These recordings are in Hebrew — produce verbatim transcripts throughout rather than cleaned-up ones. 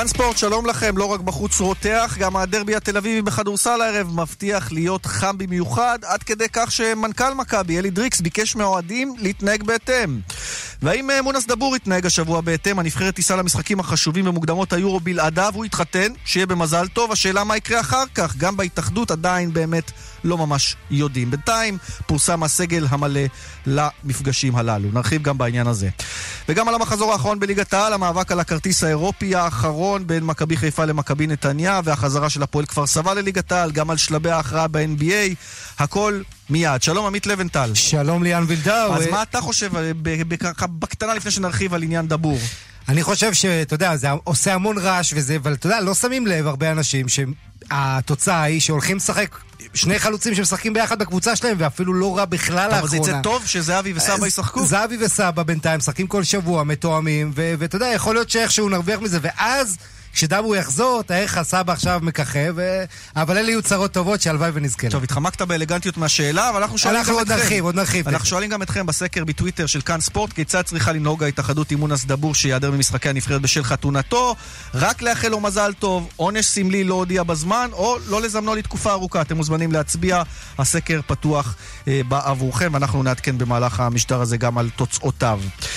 כאן ספורט, שלום לכם. לא רק בחוץ רותח, גם הדרבי התל אביבי בכדורסל הערב מבטיח להיות חם במיוחד, עד כדי כך שמנכ"ל מכבי אלי דריקס ביקש מהאוהדים להתנהג בהתאם. והאם מונס דבור התנהג השבוע בהתאם? הנבחרת טיסה למשחקים החשובים במוקדמות היורו בלעדיו, הוא התחתן, שיהיה במזל טוב. השאלה מה יקרה אחר כך, גם בהתאחדות עדיין באמת לא ממש יודעים. בינתיים פורסם הסגל המלא למפגשים הללו, נרחיב גם בעניין הזה. וגם על המחזור האחרון בליגת העל, המאבק על הכרטיס האירופי האחרון בין מכבי חיפה למכבי נתניה, והחזרה של הפועל כפר סבא לליגת העל, גם על שלבי ההכרעה ב-אן בי איי, הכל מיד. שלום עמית לבנטל. שלום ליאן וילדאו. אז מה אתה חושב בקטנה לפני שנרחיב על עניין דבור? אני חושב שאתה יודע, זה עושה המון רעש וזה, אבל אתה יודע, לא שמים לב הרבה אנשים שהתוצאה היא שהולכים לשחק שני חלוצים שמשחקים ביחד בקבוצה שלהם, ואפילו לא רע בכלל האחרונה. אבל זה טוב שזהבי וסבא ישחקו? זהבי וסבא בינתיים משחקים כל שבוע, מתואמים, ואתה יודע, יכול להיות שאיכשהו נרוויח מזה, ואז כשדאבו יחזור, תאר לך סבא עכשיו מככב, אבל אלה יהיו צרות טובות שהלוואי ונזכה. טוב, התחמקת באלגנטיות מהשאלה, אבל אנחנו שואלים גם אתכם. נרחיב, עוד נרחיב. אנחנו שואלים גם אתכם בסקר בטוויטר של כאן ספורט, כיצד צריכה לנהוג ההתאחדות עם מונס דבור שיעדר ממשחקי הנבחרת בשל חתונתו, רק לאחל לו מזל טוב, עונש סמלי לא הודיע בזמן, או לא לזמנו לתקופה ארוכה. אתם מוזמנים להצביע, הסקר פתוח אה, בעבורכם, ואנחנו נעדכן במהלך המשדר הזה גם על תוצאותיו.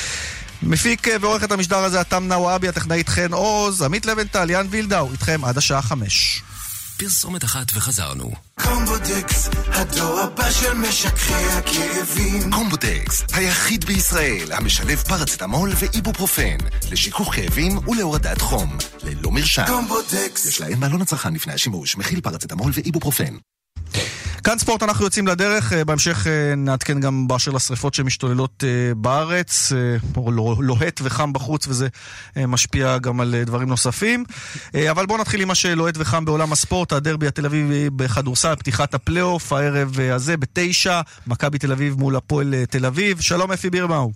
מפיק ועורך את המשדר הזה אתם נוואבי, הטכנאית חן עוז, עמית לבנטל, ליאן וילדאו, איתכם עד השעה חמש. פרסומת אחת וחזרנו. קומבוטקס, הדור הבא של משככי הכאבים. קומבוטקס, היחיד בישראל המשלב פרצטמול ואיבופרופן לשיכוך כאבים ולהורדת חום, ללא מרשם. קומבוטקס. יש להם מעלון הצרכן לפני השימוש, מכיל פרצטמול ואיבופרופן. כאן ספורט, אנחנו יוצאים לדרך, בהמשך נעדכן גם באשר לשריפות שמשתוללות בארץ, לוהט וחם בחוץ, וזה משפיע גם על דברים נוספים. אבל בואו נתחיל עם מה שלוהט וחם בעולם הספורט, הדרבי התל אביבי בכדורסל, פתיחת הפלייאוף, הערב הזה בתשע, מכבי תל אביב מול הפועל תל אביב. שלום אפי בירמאו.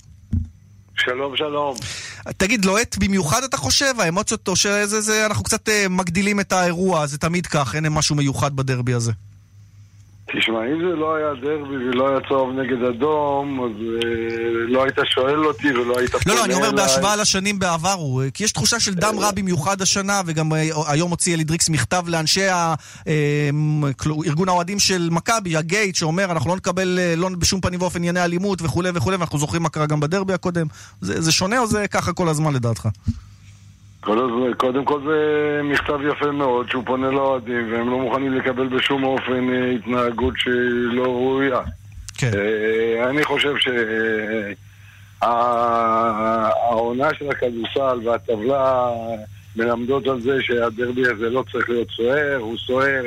שלום, שלום. תגיד, לוהט במיוחד אתה חושב? האמוציות, או שזה, אנחנו קצת מגדילים את האירוע, זה תמיד כך, אין משהו מיוחד בדרבי הזה. תשמע, אם זה לא היה דרבי ולא היה צהוב נגד אדום, אז אה, לא היית שואל אותי ולא היית... לא, לא, אני אומר בהשוואה לשנים בעברו, כי יש תחושה של דם רע במיוחד השנה, וגם היום הוציא אלי דריקס מכתב לאנשי ארגון האוהדים של מכבי, הגייט, שאומר, אנחנו לא נקבל לא בשום פנים ואופן ענייני אלימות וכו' וכו', ואנחנו זוכרים מה קרה גם בדרבי הקודם. זה, זה שונה או זה ככה כל הזמן לדעתך? קודם כל זה מכתב יפה מאוד שהוא פונה לאוהדים והם לא מוכנים לקבל בשום אופן התנהגות שלא ראויה. כן. אני חושב שהעונה של הכדורסל והטבלה מלמדות על זה שהדרבי הזה לא צריך להיות סוער, הוא סוער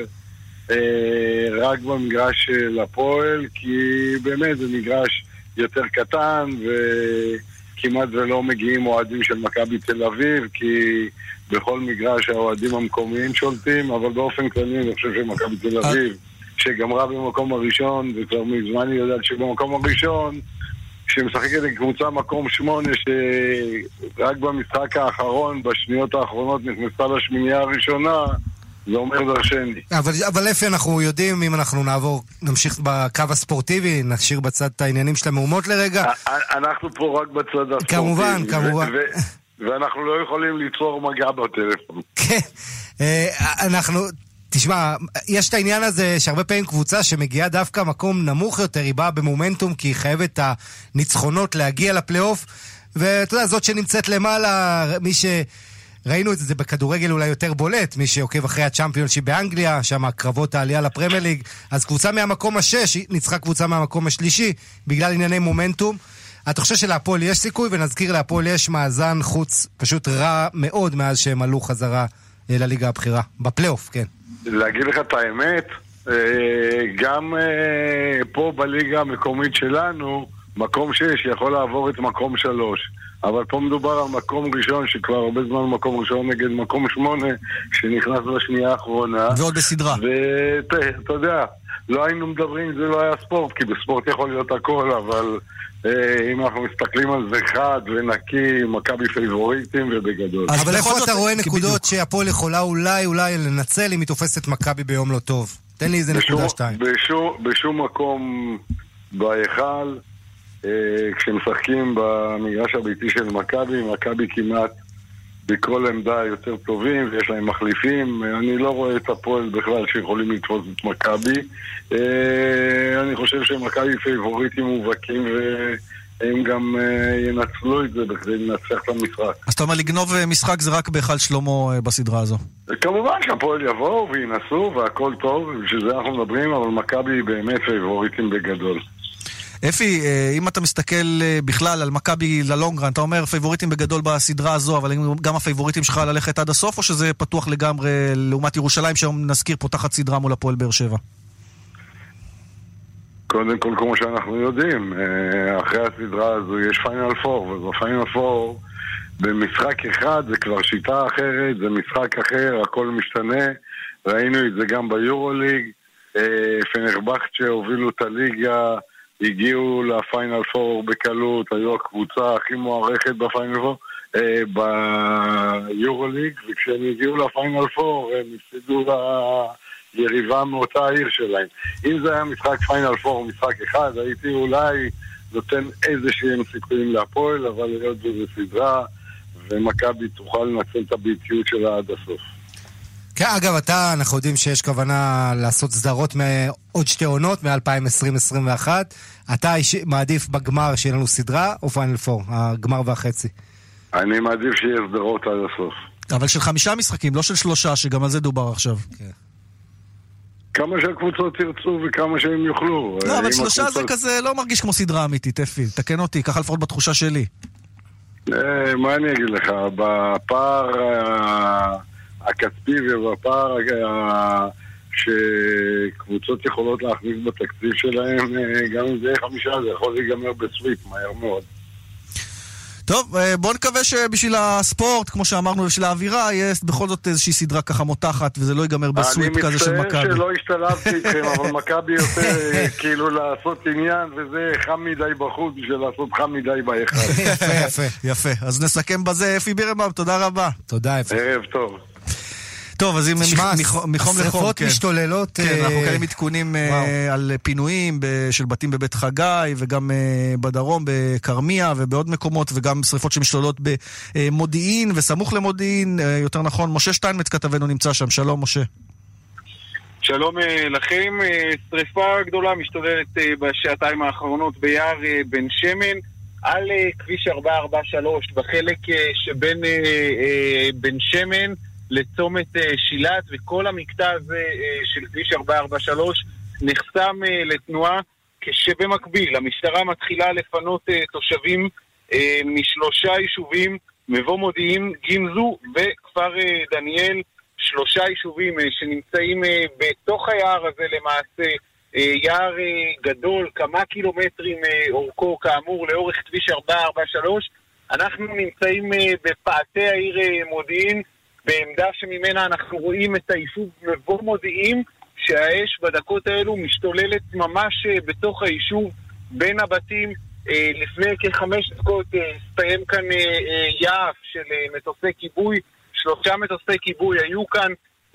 רק במגרש של הפועל, כי באמת זה מגרש יותר קטן ו... כמעט ולא מגיעים אוהדים של מכבי תל אביב, כי בכל מגרש האוהדים המקומיים שולטים, אבל באופן כללי אני חושב שמכבי תל אביב, שגמרה במקום הראשון, וכבר מזמן היא יודעת שבמקום הראשון, שמשחקת לקבוצה מקום שמונה, שרק במשחק האחרון, בשניות האחרונות, נכנסה לשמינייה הראשונה, זה אומר דרשני. אבל, אבל איפה אנחנו יודעים, אם אנחנו נעבור, נמשיך בקו הספורטיבי, נשאיר בצד את העניינים של המהומות לרגע. אנחנו פה רק בצד הספורטיבי. כמובן, כמובן. ואנחנו לא יכולים ליצור מגע בטלפון. כן, אנחנו... תשמע, יש את העניין הזה שהרבה פעמים קבוצה שמגיעה דווקא מקום נמוך יותר, היא באה במומנטום כי היא חייבת את הניצחונות להגיע לפלייאוף, ואתה יודע, זאת שנמצאת למעלה, מי ש... ראינו את זה, זה בכדורגל אולי יותר בולט, מי שעוקב אחרי הצ'אמפיונשיפ באנגליה, שם הקרבות העלייה לפרמייר ליג, אז קבוצה מהמקום השש, ניצחה קבוצה מהמקום השלישי, בגלל ענייני מומנטום. אתה חושב שלהפועל יש סיכוי, ונזכיר להפועל יש מאזן חוץ פשוט רע מאוד מאז שהם עלו חזרה לליגה הבחירה, בפלייאוף, כן. להגיד לך את האמת, גם פה בליגה המקומית שלנו, מקום שש יכול לעבור את מקום שלוש. אבל פה מדובר על מקום ראשון, שכבר הרבה זמן מקום ראשון נגד מקום שמונה, שנכנס בשנייה האחרונה. ועוד בסדרה. ואתה יודע, לא היינו מדברים, זה לא היה ספורט, כי בספורט יכול להיות הכל, אבל אה, אם אנחנו מסתכלים על זה חד ונקי, מכבי פייבוריטים ובגדול. אבל איפה אתה רואה נקודות שהפועל יכולה אולי אולי לנצל אם היא תופסת מכבי ביום לא טוב? תן לי איזה נקודה שתיים. בשום, בשום מקום בהיכל, כשמשחקים במגרש הביתי של מכבי, מכבי כמעט בכל עמדה יותר טובים, ויש להם מחליפים. אני לא רואה את הפועל בכלל שיכולים לתפוס את מכבי. אני חושב שמכבי פייבוריטים מובהקים, והם גם ינצלו את זה בכדי לנצח את המשחק. אז אתה אומר, לגנוב משחק זה רק בהיכל שלמה בסדרה הזו? כמובן שהפועל יבואו וינסו, והכל טוב, בשביל זה אנחנו מדברים, אבל מכבי היא באמת פייבוריטים בגדול. אפי, אם אתה מסתכל בכלל על מכבי ללונגרן, אתה אומר פייבוריטים בגדול בסדרה הזו, אבל גם הפייבוריטים שלך ללכת עד הסוף, או שזה פתוח לגמרי לעומת ירושלים, שהיום נזכיר פותחת סדרה מול הפועל באר שבע? קודם כל, כמו שאנחנו יודעים, אחרי הסדרה הזו יש פיינל פור, ובפיינל פור, במשחק אחד זה כבר שיטה אחרת, זה משחק אחר, הכל משתנה, ראינו את זה גם ביורוליג, פנרבחצ'ה הובילו את הליגה, הגיעו לפיינל פור בקלות, היו הקבוצה הכי מוערכת בפיינל פור, אה, ביורוליג, וכשהם הגיעו לפיינל פור, הם הפסידו ליריבה מאותה העיר שלהם. אם זה היה משחק פיינל פור, משחק אחד, הייתי אולי נותן איזה שהם סיכויים להפועל, אבל להיות זו סדרה, ומכבי תוכל לנצל את הביטיות שלה עד הסוף. כן, אגב, אתה, אנחנו יודעים שיש כוונה לעשות סדרות מעוד שתי עונות, מ-אלפיים עשרים עשרים ואחת. אתה מעדיף בגמר שיהיה לנו סדרה, או פיינל פור, הגמר והחצי? אני מעדיף שיהיה סדרות עד הסוף. אבל של חמישה משחקים, לא של שלושה, שגם על זה דובר עכשיו. כן. כמה שהקבוצות ירצו וכמה שהם יוכלו. לא, אבל שלושה הקבוצות... זה כזה לא מרגיש כמו סדרה אמיתית, אפי. תקן אותי, ככה לפחות בתחושה שלי. מה אני אגיד לך? בפער הכספי ובפער שקבוצות יכולות להכניס בתקציב שלהם, גם אם זה חמישה, זה יכול להיגמר בסוויפ, מהר מאוד. טוב, בוא נקווה שבשביל הספורט, כמו שאמרנו, בשביל האווירה, יהיה בכל זאת איזושהי סדרה ככה מותחת, וזה לא ייגמר בסוויפ כזה של מכבי. אני מצטער שלא השתלבתי איתכם, אבל מכבי יותר כאילו לעשות עניין, וזה חם מדי בחוץ בשביל לעשות חם מדי באחד. יפה, יפה. יפה, אז נסכם בזה. אפי בירנבאום, תודה רבה. תודה, אפי. ערב טוב. טוב, אז אם מחום לחום, השרפות משתוללות. כן, אנחנו קיימים עדכונים על פינויים של בתים בבית חגי, וגם בדרום, בקרמיה, ובעוד מקומות, וגם שריפות שמשתוללות במודיעין, וסמוך למודיעין, יותר נכון, משה שטיינמץ כתבנו נמצא שם. שלום, משה. שלום לכם. שריפה גדולה משתוללת בשעתיים האחרונות ביער בן שמן, על כביש ארבע ארבע שלוש, בחלק שבין בן שמן, לצומת שילת, וכל המקטע הזה של כביש ארבע ארבע שלוש נחסם לתנועה, כשבמקביל המשטרה מתחילה לפנות תושבים משלושה יישובים, מבוא מודיעין, גמזו וכפר דניאל, שלושה יישובים שנמצאים בתוך היער הזה למעשה, יער גדול, כמה קילומטרים אורכו כאמור לאורך כביש ארבע ארבע שלוש. אנחנו נמצאים בפאתי העיר מודיעין, בעמדה שממנה אנחנו רואים את היישוב מבוא מודיעין, שהאש בדקות האלו משתוללת ממש בתוך היישוב בין הבתים. לפני כחמש דקות הסתיים כאן יעף של מטוסי כיבוי, שלושה מטוסי כיבוי היו כאן,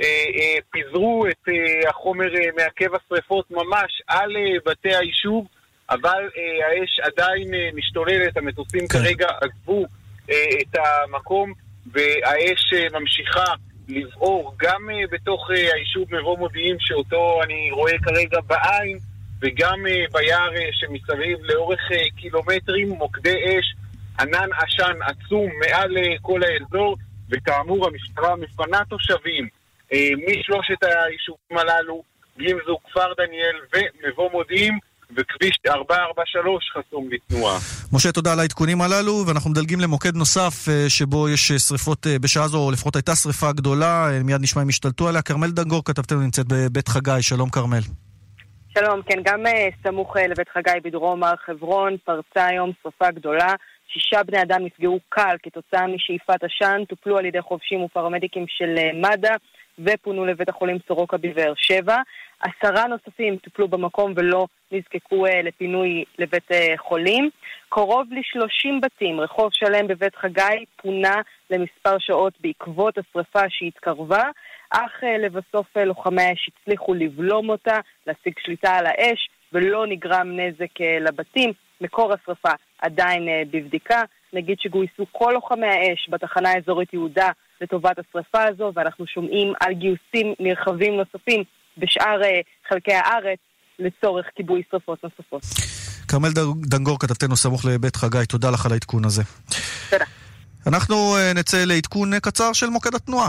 פיזרו את החומר מעכב השריפות ממש על בתי היישוב, אבל האש עדיין משתוללת, המטוסים כרגע עזבו את המקום, והאש ממשיכה לבעור גם בתוך היישוב מבוא מודיעין, שאותו אני רואה כרגע בעין, וגם ביער שמסביב לאורך קילומטרים, מוקדי אש, ענן עשן עצום מעל כל האזור, וכאמור המשטרה מפנה תושבים משלושת היישובים הללו, גמזו, כפר דניאל ומבוא מודיעין, וכביש ארבע ארבע שלוש חסום לתנועה. משה, תודה על העדכונים הללו, ואנחנו מדלגים למוקד נוסף שבו יש שריפות בשעה זו, או לפחות הייתה שריפה גדולה, מיד נשמע אם השתלטו עליה. כרמל דנגור כתבתנו נמצאת בבית חגי. שלום כרמל. שלום, כן, גם סמוך לבית חגי בדרום הר חברון פרצה היום שריפה גדולה, שישה בני אדם נפגעו קל כתוצאה משאיפת עשן, טופלו על ידי חובשים ופרמדיקים של מד"א ופונו לבית החולים סורוקה בבאר שבע. עשרה נוספים טופלו במקום ולא נזקקו לפינוי לבית חולים. קרוב ל-שלושים בתים, רחוב שלם בבית חגי, פונה למספר שעות בעקבות השריפה שהתקרבה, אך לבסוף לוחמי האש הצליחו לבלום אותה, להשיג שליטה על האש, ולא נגרם נזק לבתים. מקור השריפה עדיין בבדיקה. נגיד שגויסו כל לוחמי האש בתחנה האזורית יהודה לטובת השריפה הזו, ואנחנו שומעים על גיוסים נרחבים נוספים בשאר חלקי הארץ לצורך כיבוי שריפות נוספות. כרמל דנגור, כתבתנו סמוך לבית חגי, תודה לך על העדכון הזה. תודה. אנחנו נצא לעדכון קצר של מוקד התנועה.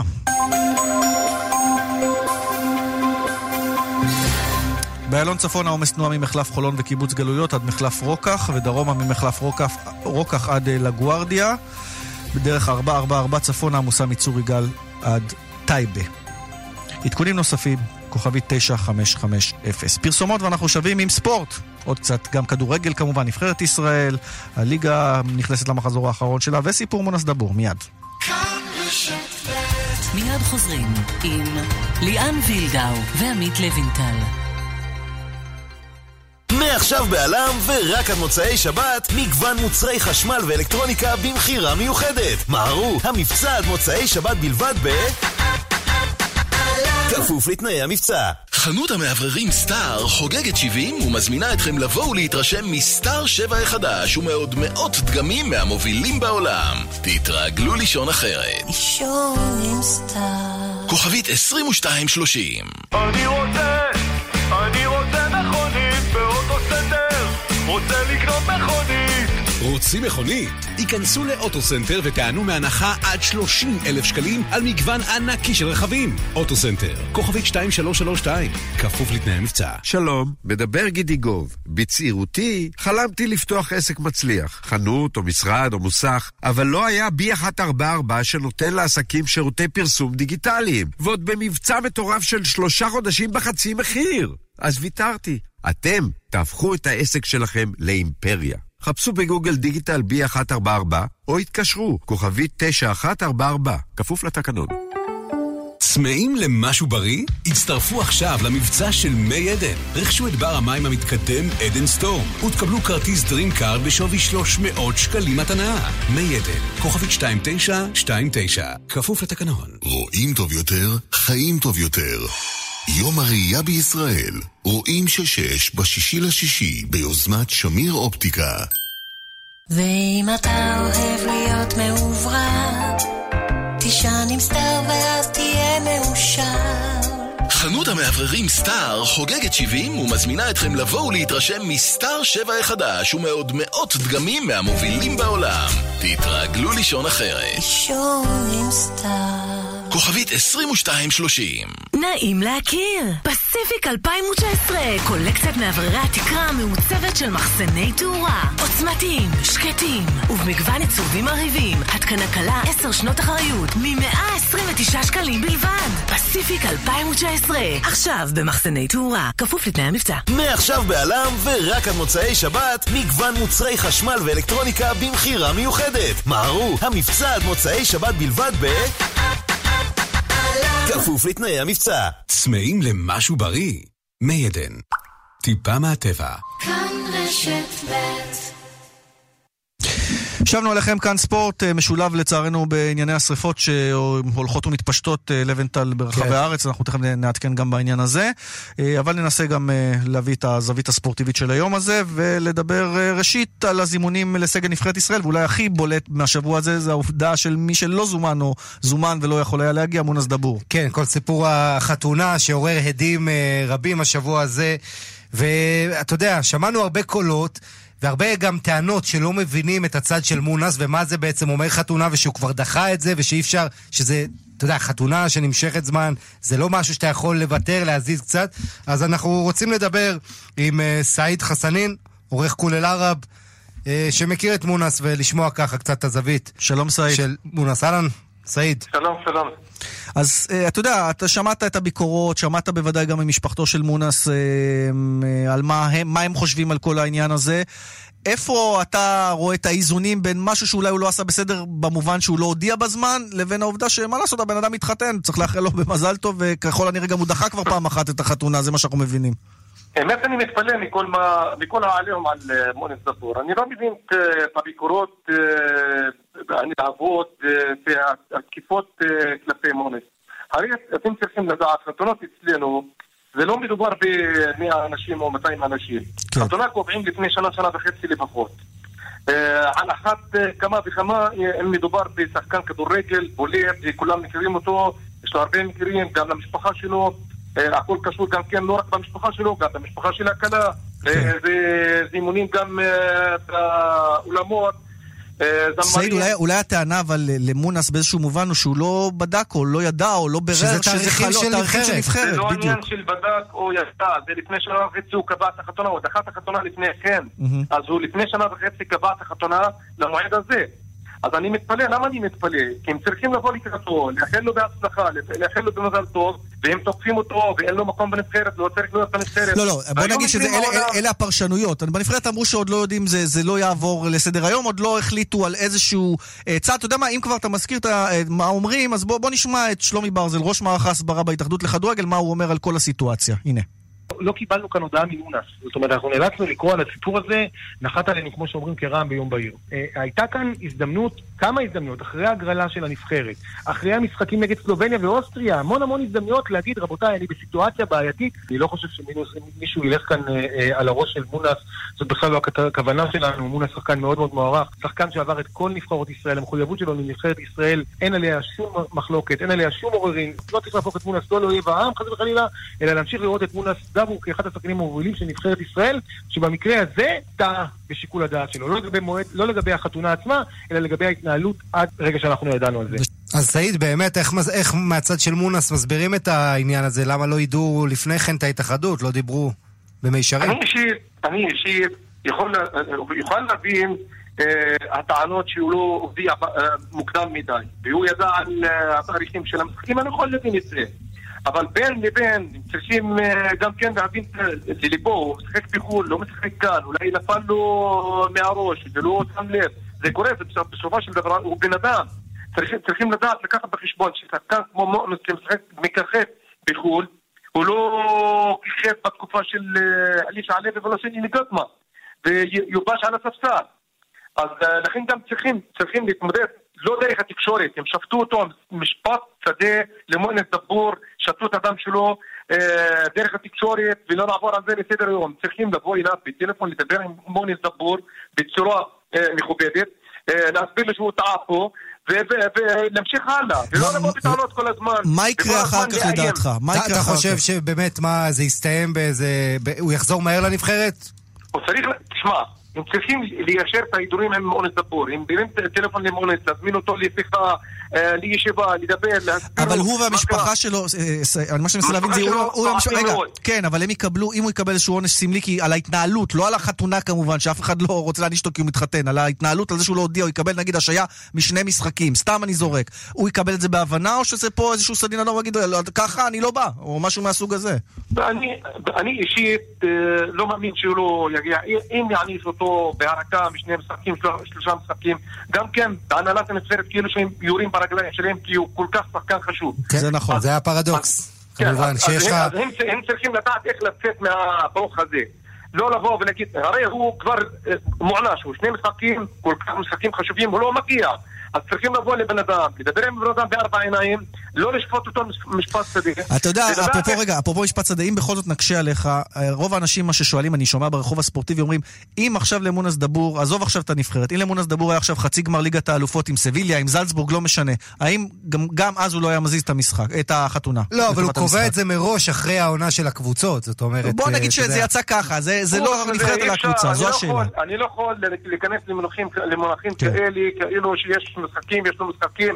באלון צפון העומס תנועה ממחלף חולון וקיבוץ גלויות עד מחלף רוקח, ודרומה ממחלף רוקח, רוקח עד לגוארדיה. בדרך ארבע ארבע ארבע צפון העמוסה מצור יגאל עד טייבה. עדכונים נוספים, כוכבי תשע חמש חמש אפס. פרסומות ואנחנו שווים עם ספורט. עוד קצת גם כדורגל כמובן, נבחרת ישראל, הליגה נכנסת למחזור האחרון שלה, וסיפור מונס דבור, מיד. מיד חוזרים עם ליאן וילדאו ועמית לוינטל. מעכשיו בעלם ורק עד מוצאי שבת מגוון מוצרי חשמל ואלקטרוניקה במחירה מיוחדת. מהרו, המבצע עד מוצאי שבת בלבד ב... כפוף לתנאי המבצע. חנות המאווררים סטאר חוגגת שבעים ומזמינה אתכם לבוא ולהתרשם מסטאר שבע החדש ומעוד מאות דגמים מהמובילים בעולם. תתרגלו לישון אחרת. לישון עם סטאר. כוכבית עשרים ושתיים שלושים. אני רוצה, אני רוצה מכונית באוטוסנטר, רוצה לקנות מכונית. רוצים מכונית? היכנסו לאוטוסנטר וטענו מהנחה עד שלושים אלף שקלים על מגוון ענקי של רכבים. אוטוסנטר, כוכבית שתיים שלוש שלוש שתיים, כפוף לתנאי המבצע. שלום, מדבר גידי גוב. בצעירותי חלמתי לפתוח עסק מצליח, חנות או משרד או מוסך, אבל לא היה בי אחת ארבע ארבע שנותן לעסקים שירותי פרסום דיגיטליים, ועוד במבצע מטורף של שלושה חודשים בחצי מחיר. אז ויתרתי. אתם תהפכו את העסק שלכם לאימפריה. חפשו בגוגל דיגיטל בי אחת ארבע ארבע או התקשרו, כוכבית תשע אחת ארבע ארבע, כפוף לתקנון. צמאים למשהו בריא? הצטרפו עכשיו למבצע של מי עדן. רכשו את בר המים המתקדם עדן סטורם ותקבלו כרטיס דרים קארד בשווי שלוש מאות שקלים מתנה. מי עדן, כוכבית שתיים תשע שתיים תשע, כפוף לתקנון. רואים טוב יותר, חיים טוב יותר. יום הראייה בישראל, רואים ששש בשישי לשישי ביוזמת שמיר אופטיקה. ואם אתה אוהב להיות מעוברר, תישן עם סטאר ואז תהיה מאושר. חנות המאווררים סטאר חוגגת שבעים ומזמינה אתכם לבוא ולהתרשם מסטאר שבע החדש ומעוד מאות דגמים מהמובילים בעולם. תתרגלו לישון אחרת. לישון עם סטאר. כוכבית עשרים ושתיים שלושים. נעים להכיר. פסיפיק אלפיים תשע עשרה, קולקציית מאווררי התקרה המעוצבת של מחסני תאורה. עוצמתיים, שקטים, ובמגוון עיצובים מרהיבים. התקנה קלה עשר שנות אחריות, מ-מאה עשרים ותשעה שקלים בלבד. פסיפיק אלפיים תשע עשרה, עכשיו במחסני תאורה, כפוף לתנאי המבצע. מעכשיו בעלם ורק עד מוצאי שבת, מגוון מוצרי חשמל ואלקטרוניקה במחירה מיוחדת. מהרו, המבצע עד מוצאי שבת בלבד ב... כפוף לתנאי המבצע. צמאים למשהו בריא? מי עדן, טיפה מהטבע. כאן רשת בית. שבנו עליכם כאן ספורט, משולב לצערנו בענייני השריפות שהולכות ומתפשטות לבנטל ברחבי הארץ, אנחנו תכף נעדכן גם בעניין הזה, אבל ננסה גם להביא את הזווית הספורטיבית של היום הזה, ולדבר ראשית על הזימונים לסגל נבחרת ישראל, ואולי הכי בולט מהשבוע הזה, זה העובדה של מי שלא זומן או זומן ולא יכול היה להגיע, מונס דבור. כן, כל סיפור החתונה שעורר הדים רבים השבוע הזה, ואתה יודע, שמענו הרבה קולות, והרבה גם טענות שלא מבינים את הצד של מונס, ומה זה בעצם אומר חתונה, ושהוא כבר דחה את זה, ושאי אפשר, שזה, אתה יודע, חתונה שנמשכת זמן, זה לא משהו שאתה יכול לוותר, להזיז קצת. אז אנחנו רוצים לדבר עם uh, סעיד חסנין, עורך כול אל-ערב, uh, שמכיר את מונס, ולשמוע ככה קצת את הזווית. שלום סעיד. של מונס, אהלן, סעיד. שלום, שלום. אז uh, אתה יודע, אתה שמעת את הביקורות, שמעת בוודאי גם ממשפחתו של מונס uh, uh, על מה הם, מה הם חושבים על כל העניין הזה. איפה אתה רואה את האיזונים בין משהו שאולי הוא לא עשה בסדר במובן שהוא לא הודיע בזמן, לבין העובדה שמה לעשות, הבן אדם מתחתן, צריך לאחל לו במזל טוב, וככל הנראה גם הוא דחה כבר פעם אחת את החתונה, זה מה שאנחנו מבינים. האמת אני מתפלא מכל מה, מכל העליהום על מונס דבור. אני לא מבין את הביקורות הנלהבות והתקיפות כלפי מונס. הרי אתם צריכים לדעת, חתונות אצלנו, זה לא מדובר ב-מאה אנשים או מאתיים אנשים. חתונה קובעים לפני שנה, שנה וחצי לפחות. על אחת כמה וכמה, אם מדובר בשחקן כדורגל, בולט, כולם מכירים אותו, יש לו הרבה מכירים, גם למשפחה שלו, הכל קשור גם כן, לא רק במשפחה שלו, גם במשפחה של הכלה, וזימונים גם באולמות. סעיד, אולי, אולי הטענה אבל למונס באיזשהו מובן הוא שהוא לא בדק או לא ידע או לא ברר שזה תאריכים של נבחרת. זה לא עניין של בדק או ידע, זה לפני שנה וחצי הוא קבע את החתונה, הוא דחה את החתונה לפני כן, אז הוא לפני שנה וחצי קבע את החתונה למועד הזה. אז אני מתפלא, למה אני מתפלא? כי הם צריכים לבוא לקראתו, לאחל לו בהצלחה, לאחל לו במזל טוב, והם תוקפים אותו, ואין לו מקום בנבחרת, לא צריך להיות בנבחרת. לא, לא, בוא נגיד שאלה הפרשנויות. בנבחרת אמרו שעוד לא יודעים, זה לא יעבור לסדר היום, עוד לא החליטו על איזשהו צעד. אתה יודע מה, אם כבר אתה מזכיר מה אומרים, אז בוא נשמע את שלומי ברזל, ראש מערך ההסברה בהתאחדות לכדורגל, מה הוא אומר על כל הסיטואציה. הנה. לא קיבלנו כאן הודעה ממונס. זאת אומרת, אנחנו נאלצנו לקרוא על הסיפור הזה, נחת עלינו, כמו שאומרים, כרעם ביום בהיר. אה, הייתה כאן הזדמנות, כמה הזדמנויות, אחרי הגרלה של הנבחרת, אחרי המשחקים נגד סלובניה ואוסטריה, המון המון הזדמנויות להגיד, רבותיי, אני בסיטואציה בעייתית, אני לא חושב שמישהו ילך כאן אה, אה, על הראש של מונס, זאת בכלל לא הכוונה שלנו, מונס שחקן מאוד מאוד מוערך, שחקן שעבר את כל נבחרות ישראל, המחויבות שלו לנבחרת ישראל, אין עליה שום מחלוקת, אין עליה שום עוררין, לא צריך להפוך את מונס לא לאויב העם, חס וחלילה, אלא להמשיך לראות את מונס דווקא כאחד השחקנים המובילים של נבחרת ישראל, שבמקרה הזה טעה בשיקול הדעת שלו, לא לגבי מועד, לא לגבי החתונה עצמה, אלא לגבי ההתנהלות עד רגע שאנחנו ידענו על זה. אז סעיד, באמת, איך, איך מהצד של מונס מסבירים את העניין הזה? למה לא ידעו לפני כן את ההתאחדות? לא דיברו במישרים? אני אישית, אני אישית יכול, יכול להבין uh, הטענות שהוא לא הודיע uh, מוקדם מדי, והוא ידע על uh, התאריכים של המשחקים, אני יכול להבין את זה. אבל בין לבין צריכים גם כן להבין לליבו, הוא משחק בחול, לא משחק כאן, אולי נפל לו מהראש ולא שם לב, זה קורה, זה בסופו של דבר הוא בן אדם, צריכים, צריכים לדעת לקחת בחשבון ששחקן כמו מונס שמשחק מככב בחול, הוא לא כיכב בתקופה של אלישע הלוי ולא שני נגדמה, ויובש על הספסל. אז לכן גם צריכים, צריכים להתמודד לא דרך התקשורת, הם שפטו אותו משפט שדה למונס דבור, שפטו את הדם שלו אה, דרך התקשורת ולא נעבור על זה לסדר היום. צריכים לבוא אליו בטלפון, לדבר עם מונס דבור בצורה אה, מכובדת, אה, להסביר לו שהוא טעה פה ולהמשיך הלאה, ולא לבוא בטענות כל הזמן. מה יקרה אחר כך לדעתך? אתה חושב שבאמת מה זה יסתיים באיזה... הוא יחזור מהר לנבחרת? הוא צריך... תשמע, הם צריכים ליישר את ההידורים עם מונס דבור, הם בירים טלפון למונס, להזמין אותו לשיחה, לישיבה, לדבר, להסביר. אבל הוא והמשפחה שלו, מה שאני מנסה להבין זה, רגע, כן, אבל הם יקבלו, אם הוא יקבל איזשהו עונש סמלי, כי על ההתנהלות, לא על החתונה כמובן, שאף אחד לא רוצה להעניש אותו כי הוא מתחתן, על ההתנהלות, על זה שהוא לא הודיע, הוא יקבל נגיד השעיה משני משחקים, סתם אני זורק. הוא יקבל את זה בהבנה, או שזה פה איזשהו סדין אדום ויגיד, ככה אני לא בא, או משהו מהסוג הזה? אני אישית לא מאמין שהוא לא יגיע. אם יעניש אותו בהרקה משני משחקים, שלושה משחקים, גם כן, בהנהלת הנבחרת כאילו שהם יורים ברגליים שלהם, כי הוא כל כך שחקן חשוב. זה נכון, זה הפרדוקס. כמובן, שיש לך... אז הם צריכים לדעת איך לצאת מהברוך הזה. לא לבוא ולהגיד, הרי הוא כבר מוענש, הוא שני משחקים, כל כך משחקים חשובים, הוא לא מגיע. אז צריכים לבוא לבן אדם, לדבר עם בן אדם בארבע עיניים, לא לשפוט אותו משפט שדה. אתה יודע, אפרופו רגע, אפרופו משפט שדה, אם בכל זאת נקשה עליך, רוב האנשים מה ששואלים, אני שומע ברחוב הספורטיבי, אומרים, אם עכשיו למונס דבור, עזוב עכשיו את הנבחרת, אם למונס דבור היה עכשיו חצי גמר ליגת האלופות עם סביליה, עם זלצבורג, לא משנה, האם גם, גם אז הוא לא היה מזיז את המשחק, את החתונה? לא, אבל הוא קובע את זה מראש אחרי העונה של הקבוצות, זאת אומרת... בוא נגיד שזה יצא ככה, זה, זה לא נבחרת על הקבוצה, זו השאלה. אני לא יכול להיכנס למונחים כאלה, כאילו שיש משחקים, יש לו משחקים,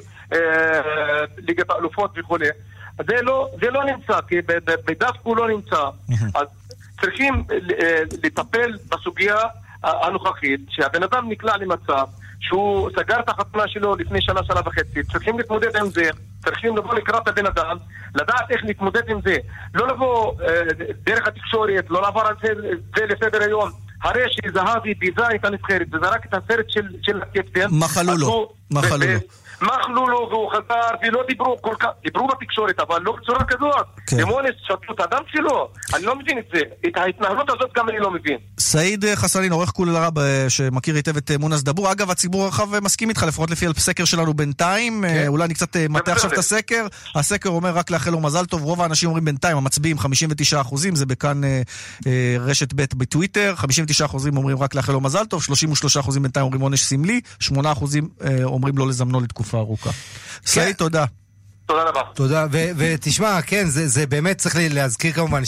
ליגת האלופות וכו'. זה לא, זה לא נמצא, כי בדווקא הוא לא נמצא. אז צריכים לטפל בסוגיה הנוכחית, שהבן אדם נקלע למצב שהוא סגר את החתונה שלו לפני שנה, שנה וחצי. צריכים להתמודד עם זה, צריכים לבוא לקראת הבן אדם, לדעת איך להתמודד עם זה. לא לבוא דרך התקשורת, לא לעבור על זה, זה לסדר היום. הרי שזהבי ביזה את הנבחרת, וזרק את הסרט של, של הקפטן. מחלו לו, מחלו לו. מחלו לו והוא חזר, ולא דיברו כל כך, דיברו בתקשורת, אבל לא בצורה כזאת. למונס שתו את הדם שלו. אני לא מבין את זה. את ההתנהלות הזאת גם אני לא מבין. סעיד חסלין, עורך כול אל-ערב, שמכיר היטב את מונס דבור. אגב, הציבור הרחב מסכים איתך, לפחות לפי הסקר שלנו בינתיים. אולי אני קצת מטה עכשיו את הסקר. הסקר אומר רק לאחל לו מזל טוב. רוב האנשים אומרים בינתיים, המצביעים חמישים ותשעה אחוזים, זה בכאן רשת ב' בטוויטר. חמישים ותשעה אחוזים אומרים רק לאחל לו מזל טוב, שלושים ושלושה אחוזים בינתיים אומרים עונש סמלי, שמונה אחוזים אומרים לא לזמנו לתקופה ארוכה. סעיד, תודה. תודה רבה. תודה, ותשמע, כן, זה באמת צריך להזכיר כמובן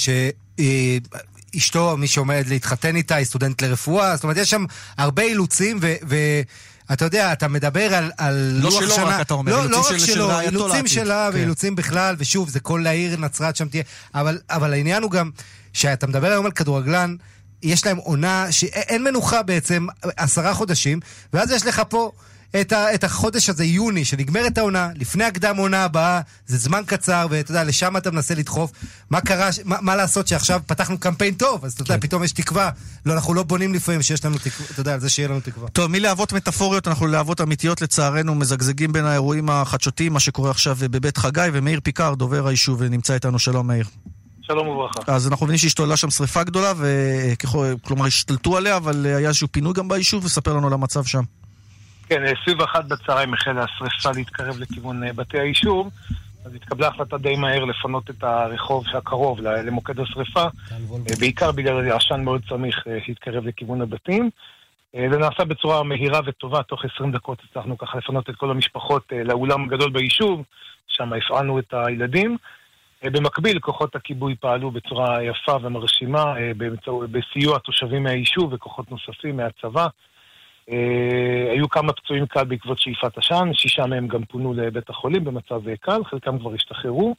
שאשתו, מי שעומד להתחתן איתה, היא סטודנט לרפואה, זאת אומרת, יש שם הרבה אילוצים, ואתה יודע, אתה מדבר על לוח שנה. לא שלא רק, אתה אומר, אילוצים של רעייתו לעתיד. אילוצים שלה ואילוצים בכלל, ושוב, זה כל העיר נצרת שם תהיה, אבל העניין הוא גם, שאתה מדבר היום על כדורגלן, יש להם עונה שאין מנוחה בעצם עשרה חודשים, ואז יש לך פה את, ה, את החודש הזה, יוני, שנגמרת העונה, לפני הקדם עונה הבאה, זה זמן קצר, ואתה יודע, לשם אתה מנסה לדחוף. מה קרה, מה, מה לעשות שעכשיו פתחנו קמפיין טוב, אז אתה יודע, פתאום יש תקווה. לא, אנחנו לא בונים לפעמים שיש לנו תקווה, אתה יודע, על זה שיהיה לנו תקווה. טוב, מלהבות מטאפוריות, אנחנו להבות אמיתיות, לצערנו, מזגזגים בין האירועים החדשותיים, מה שקורה עכשיו בבית חגי, ומאיר פיקר, דובר היישוב, נמצא איתנו. שלום, מאיר. שלום וברכה. אז אנחנו מבינים שהשתוללה שם שריפה גדולה, וכלומר השתלטו עליה, אבל היה איזשהו פינוי גם ביישוב, וספר לנו על המצב שם. כן, סביב אחת בצהריים החלה השריפה להתקרב לכיוון בתי היישוב, אז התקבלה החלטה די מהר לפנות את הרחוב הקרוב למוקד השריפה, בעיקר בגלל עשן מאוד סמיך שהתקרב לכיוון הבתים. זה נעשה בצורה מהירה וטובה, תוך עשרים דקות הצלחנו ככה לפנות את כל המשפחות לאולם הגדול ביישוב, שם הפעלנו את הילדים. במקביל, כוחות הכיבוי פעלו בצורה יפה ומרשימה, בסיוע תושבים מהיישוב וכוחות נוספים מהצבא. היו כמה פצועים קל בעקבות שאיפת עשן, שישה מהם גם פונו לבית החולים במצב קל, חלקם כבר השתחררו.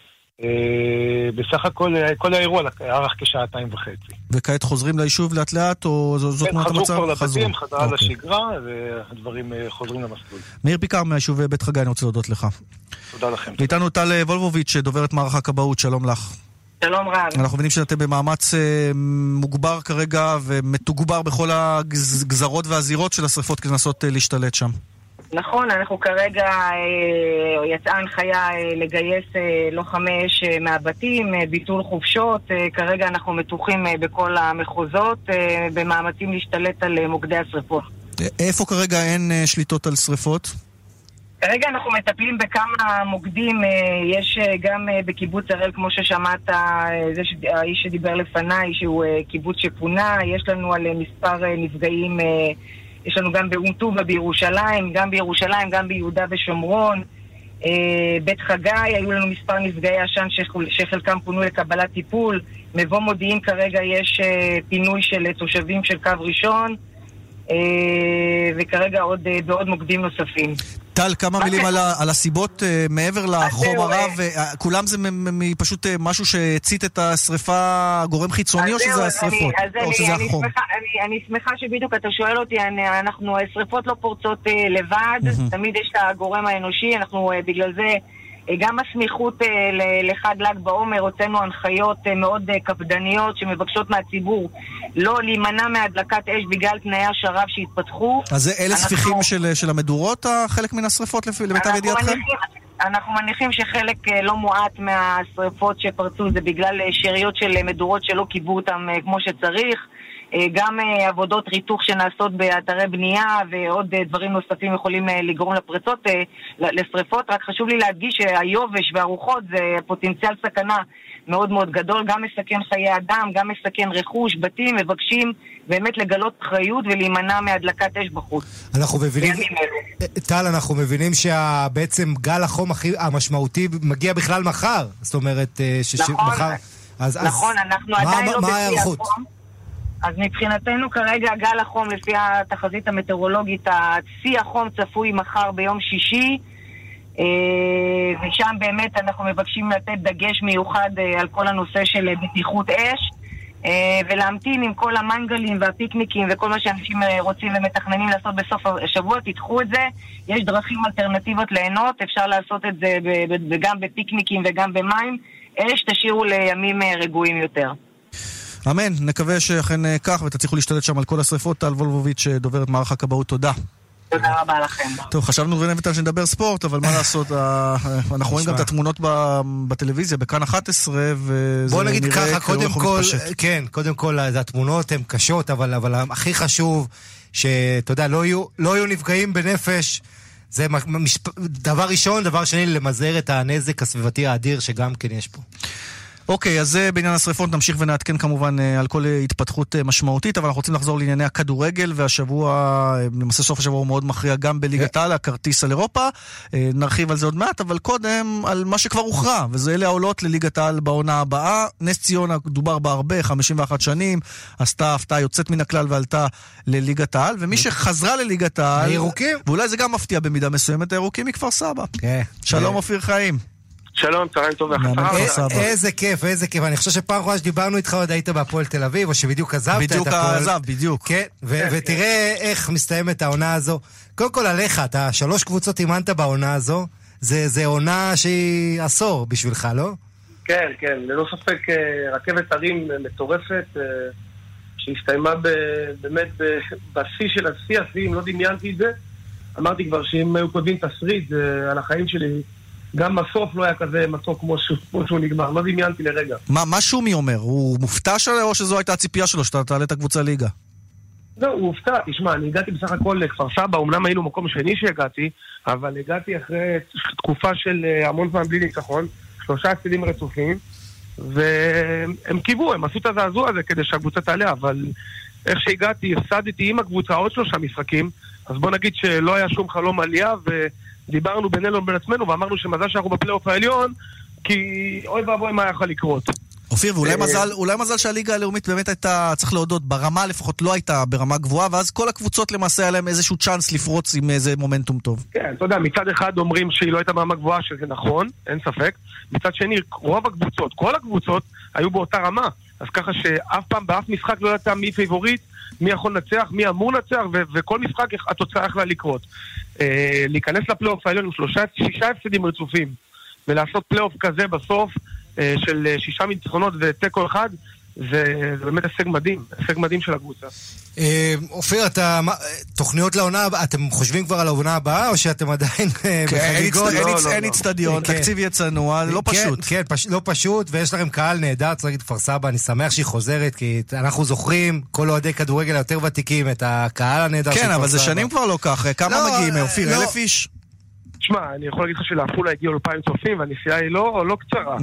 בסך הכל, כל האירוע ארך כשעתיים וחצי. וכעת חוזרים ליישוב לאט לאט, או זאת תמונת המצב? חזרו כבר לבתים, חזרה לשגרה, והדברים חוזרים למסלול. מאיר פיקר מהיישוב בית חגי, אני רוצה להודות לך. תודה לכם. ואיתנו טל וולבוביץ', דוברת מערך הכבאות, שלום לך. שלום רב. אנחנו מבינים שאתם במאמץ מוגבר כרגע, ומתוגבר בכל הגזרות והזירות של השריפות כדי לנסות להשתלט שם. נכון, אנחנו כרגע, יצאה הנחיה לגייס לוחמי אש מהבתים, ביטול חופשות, כרגע אנחנו מתוחים בכל המחוזות, במאמצים להשתלט על מוקדי השריפות. איפה כרגע אין שליטות על שריפות? כרגע אנחנו מטפלים בכמה מוקדים, יש גם בקיבוץ הראל, כמו ששמעת, זה האיש שדיבר לפניי, שהוא קיבוץ שפונה, יש לנו על מספר נפגעים, יש לנו גם באום טובא בירושלים, גם בירושלים, גם ביהודה ושומרון, בית חגי, היו לנו מספר נפגעי עשן שחלקם פונו לקבלת טיפול, מבוא מודיעין כרגע יש פינוי של תושבים של קו ראשון, וכרגע עוד בעוד מוקדים נוספים. טל, כמה מילים על, על הסיבות מעבר לחום הרב, כולם זה פשוט משהו שהצית את השריפה גורם חיצוני או שזה השריפות? או שזה החום? אני שמחה שבדיוק אתה שואל אותי, אנחנו, השריפות לא פורצות לבד, תמיד יש את הגורם האנושי, אנחנו בגלל זה גם הסמיכות לחג ל"ג בעומר, הוצאנו הנחיות מאוד קפדניות שמבקשות מהציבור לא להימנע מהדלקת אש בגלל תנאי השרב שהתפתחו. אז זה אלה ספיחים של, של המדורות, חלק מן השריפות למיטב ידיעתכם? אנחנו מניחים שחלק לא מועט מהשריפות שפרצו זה בגלל שאריות של מדורות שלא קיבו אותם כמו שצריך. גם עבודות ריתוך שנעשות באתרי בנייה ועוד דברים נוספים יכולים לגרום לפרצות, לשריפות. רק חשוב לי להדגיש שהיובש והרוחות זה פוטנציאל סכנה מאוד מאוד גדול, גם מסכן חיי אדם, גם מסכן רכוש, בתים, מבקשים באמת לגלות אחריות ולהימנע מהדלקת אש בחוץ. אנחנו מבינים, טל, אנחנו מבינים שבעצם גל החום הכי המשמעותי מגיע בכלל מחר, זאת אומרת שמחר... נכון, אנחנו עדיין לא בשיא החום. אז מבחינתנו כרגע גל החום לפי התחזית המטאורולוגית, השיא החום צפוי מחר ביום שישי, ושם באמת אנחנו מבקשים לתת דגש מיוחד על כל הנושא של בטיחות אש, ולהמתין עם כל המנגלים והפיקניקים וכל מה שאנשים רוצים ומתכננים לעשות בסוף השבוע, תדחו את זה. יש דרכים אלטרנטיבות ליהנות, אפשר לעשות את זה גם בפיקניקים וגם במים. אש תשאירו לימים רגועים יותר. אמן, נקווה שאכן כך ותצליחו להשתלט שם על כל השריפות. טל וולבוביץ', דוברת מערך הכבאות, תודה. תודה רבה לכם. טוב, חשבנו רנבטל שנדבר ספורט, אבל מה לעשות, אנחנו רואים גם את התמונות בטלוויזיה, בכאן אחת עשרה, וזה בוא נגיד ככה, קודם כל, כן, קודם כל, התמונות הן קשות, אבל הכי חשוב, שאתה יודע, לא יהיו נפגעים בנפש, זה דבר ראשון, דבר שני, למזער את הנזק הסביבתי האדיר שגם כן יש פה. אוקיי, אז זה בעניין השריפות, נמשיך ונעדכן כמובן על כל התפתחות משמעותית, אבל אנחנו רוצים לחזור לענייני הכדורגל, והשבוע, למעשה סוף השבוע הוא מאוד מכריע גם בליגת העל, הכרטיס על אירופה, נרחיב על זה עוד מעט, אבל קודם על מה שכבר הוכרע, וזה אלה העולות לליגת העל בעונה הבאה. נס ציונה דובר בה הרבה, חמישים ואחת שנים, עשתה הפתעה יוצאת מן הכלל ועלתה לליגת העל, ומי שחזרה לליגת העל, הירוקים, ואולי זה גם מפתיע במידה מסוימת, הירוקים מכפר סבא. שלום אופיר חיים. שלום, צהריים טוב וחזרה. איזה כיף, איזה כיף. אני חושב שפעם אחרונה שדיברנו איתך עוד היית בהפועל תל אביב, או שבדיוק עזבת את הפועל. בדיוק עזב, בדיוק. כן, ותראה איך מסתיימת העונה הזו. קודם כל עליך, אתה שלוש קבוצות אימנת בעונה הזו, זה עונה שהיא עשור בשבילך, לא? כן, כן, ללא ספק רכבת הרים מטורפת, שהסתיימה באמת בשיא של השיא, השיא, אם לא דמיינתי את זה. אמרתי כבר שאם היו כותבים תסריט על החיים שלי, גם בסוף לא היה כזה מתוק כמו שהוא נגמר, לא דמיינתי לרגע. מה שומי אומר? הוא מופתע שלו או שזו הייתה הציפייה שלו שאתה תעלה את הקבוצה ליגה? לא, הוא הופתע, תשמע, אני הגעתי בסך הכל לכפר סבא, אמנם היינו מקום שני שהגעתי, אבל הגעתי אחרי תקופה של המון זמן בלי ניצחון, שלושה הפסדים רצופים, והם קיוו, הם עשו את הזעזוע הזה כדי שהקבוצה תעלה, אבל איך שהגעתי, הפסדתי עם הקבוצה עוד שלושה משחקים, אז בוא נגיד שלא היה שום חלום עלייה, ו... דיברנו בינינו בין עצמנו ואמרנו שמזל שאנחנו בפלייאוף העליון, כי אוי ואבוי מה יכול לקרות. אופיר, ואולי מזל, אולי מזל שהליגה הלאומית באמת הייתה, צריך להודות, ברמה לפחות לא הייתה ברמה גבוהה, ואז כל הקבוצות למעשה היה להם איזשהו צ'אנס לפרוץ עם איזה מומנטום טוב. כן, אתה יודע, מצד אחד אומרים שהיא לא הייתה ברמה גבוהה, שזה נכון, אין ספק. מצד שני, רוב הקבוצות, כל הקבוצות היו באותה רמה. אז ככה שאף פעם, באף משחק לא ידעת מי פייבוריט, מי יכול לנצח, מי אמור לנצח, ו- וכל משחק התוצאה יכלה לקרות. אה, להיכנס לפלייאוף העליון עם שלושה, שישה הפסדים רצופים, ולעשות פלייאוף כזה בסוף, אה, של שישה ניצחונות ותיקו אחד, זה, זה באמת הישג מדהים, הישג מדהים של הקבוצה. אה, אופיר, אתה, תוכניות לעונה, אתם חושבים כבר על העונה הבאה, או שאתם עדיין בחגיגות? אין אצטדיון, תקציב יצנוע, לא פשוט. כן, לא פשוט, ויש לכם קהל נהדר, צריך להגיד כפר סבא, אני שמח שהיא חוזרת, כי אנחנו זוכרים, כל אוהדי כדורגל היותר ותיקים, את הקהל הנהדר של כפר סבא. כן, אבל זה שנים כבר לא כך, כמה מגיעים, אופיר, אלף איש? תשמע, אני יכול להגיד לך שלעפולה הגיעו אלפיים צופים, והנסיעה היא לא, לא קצרה.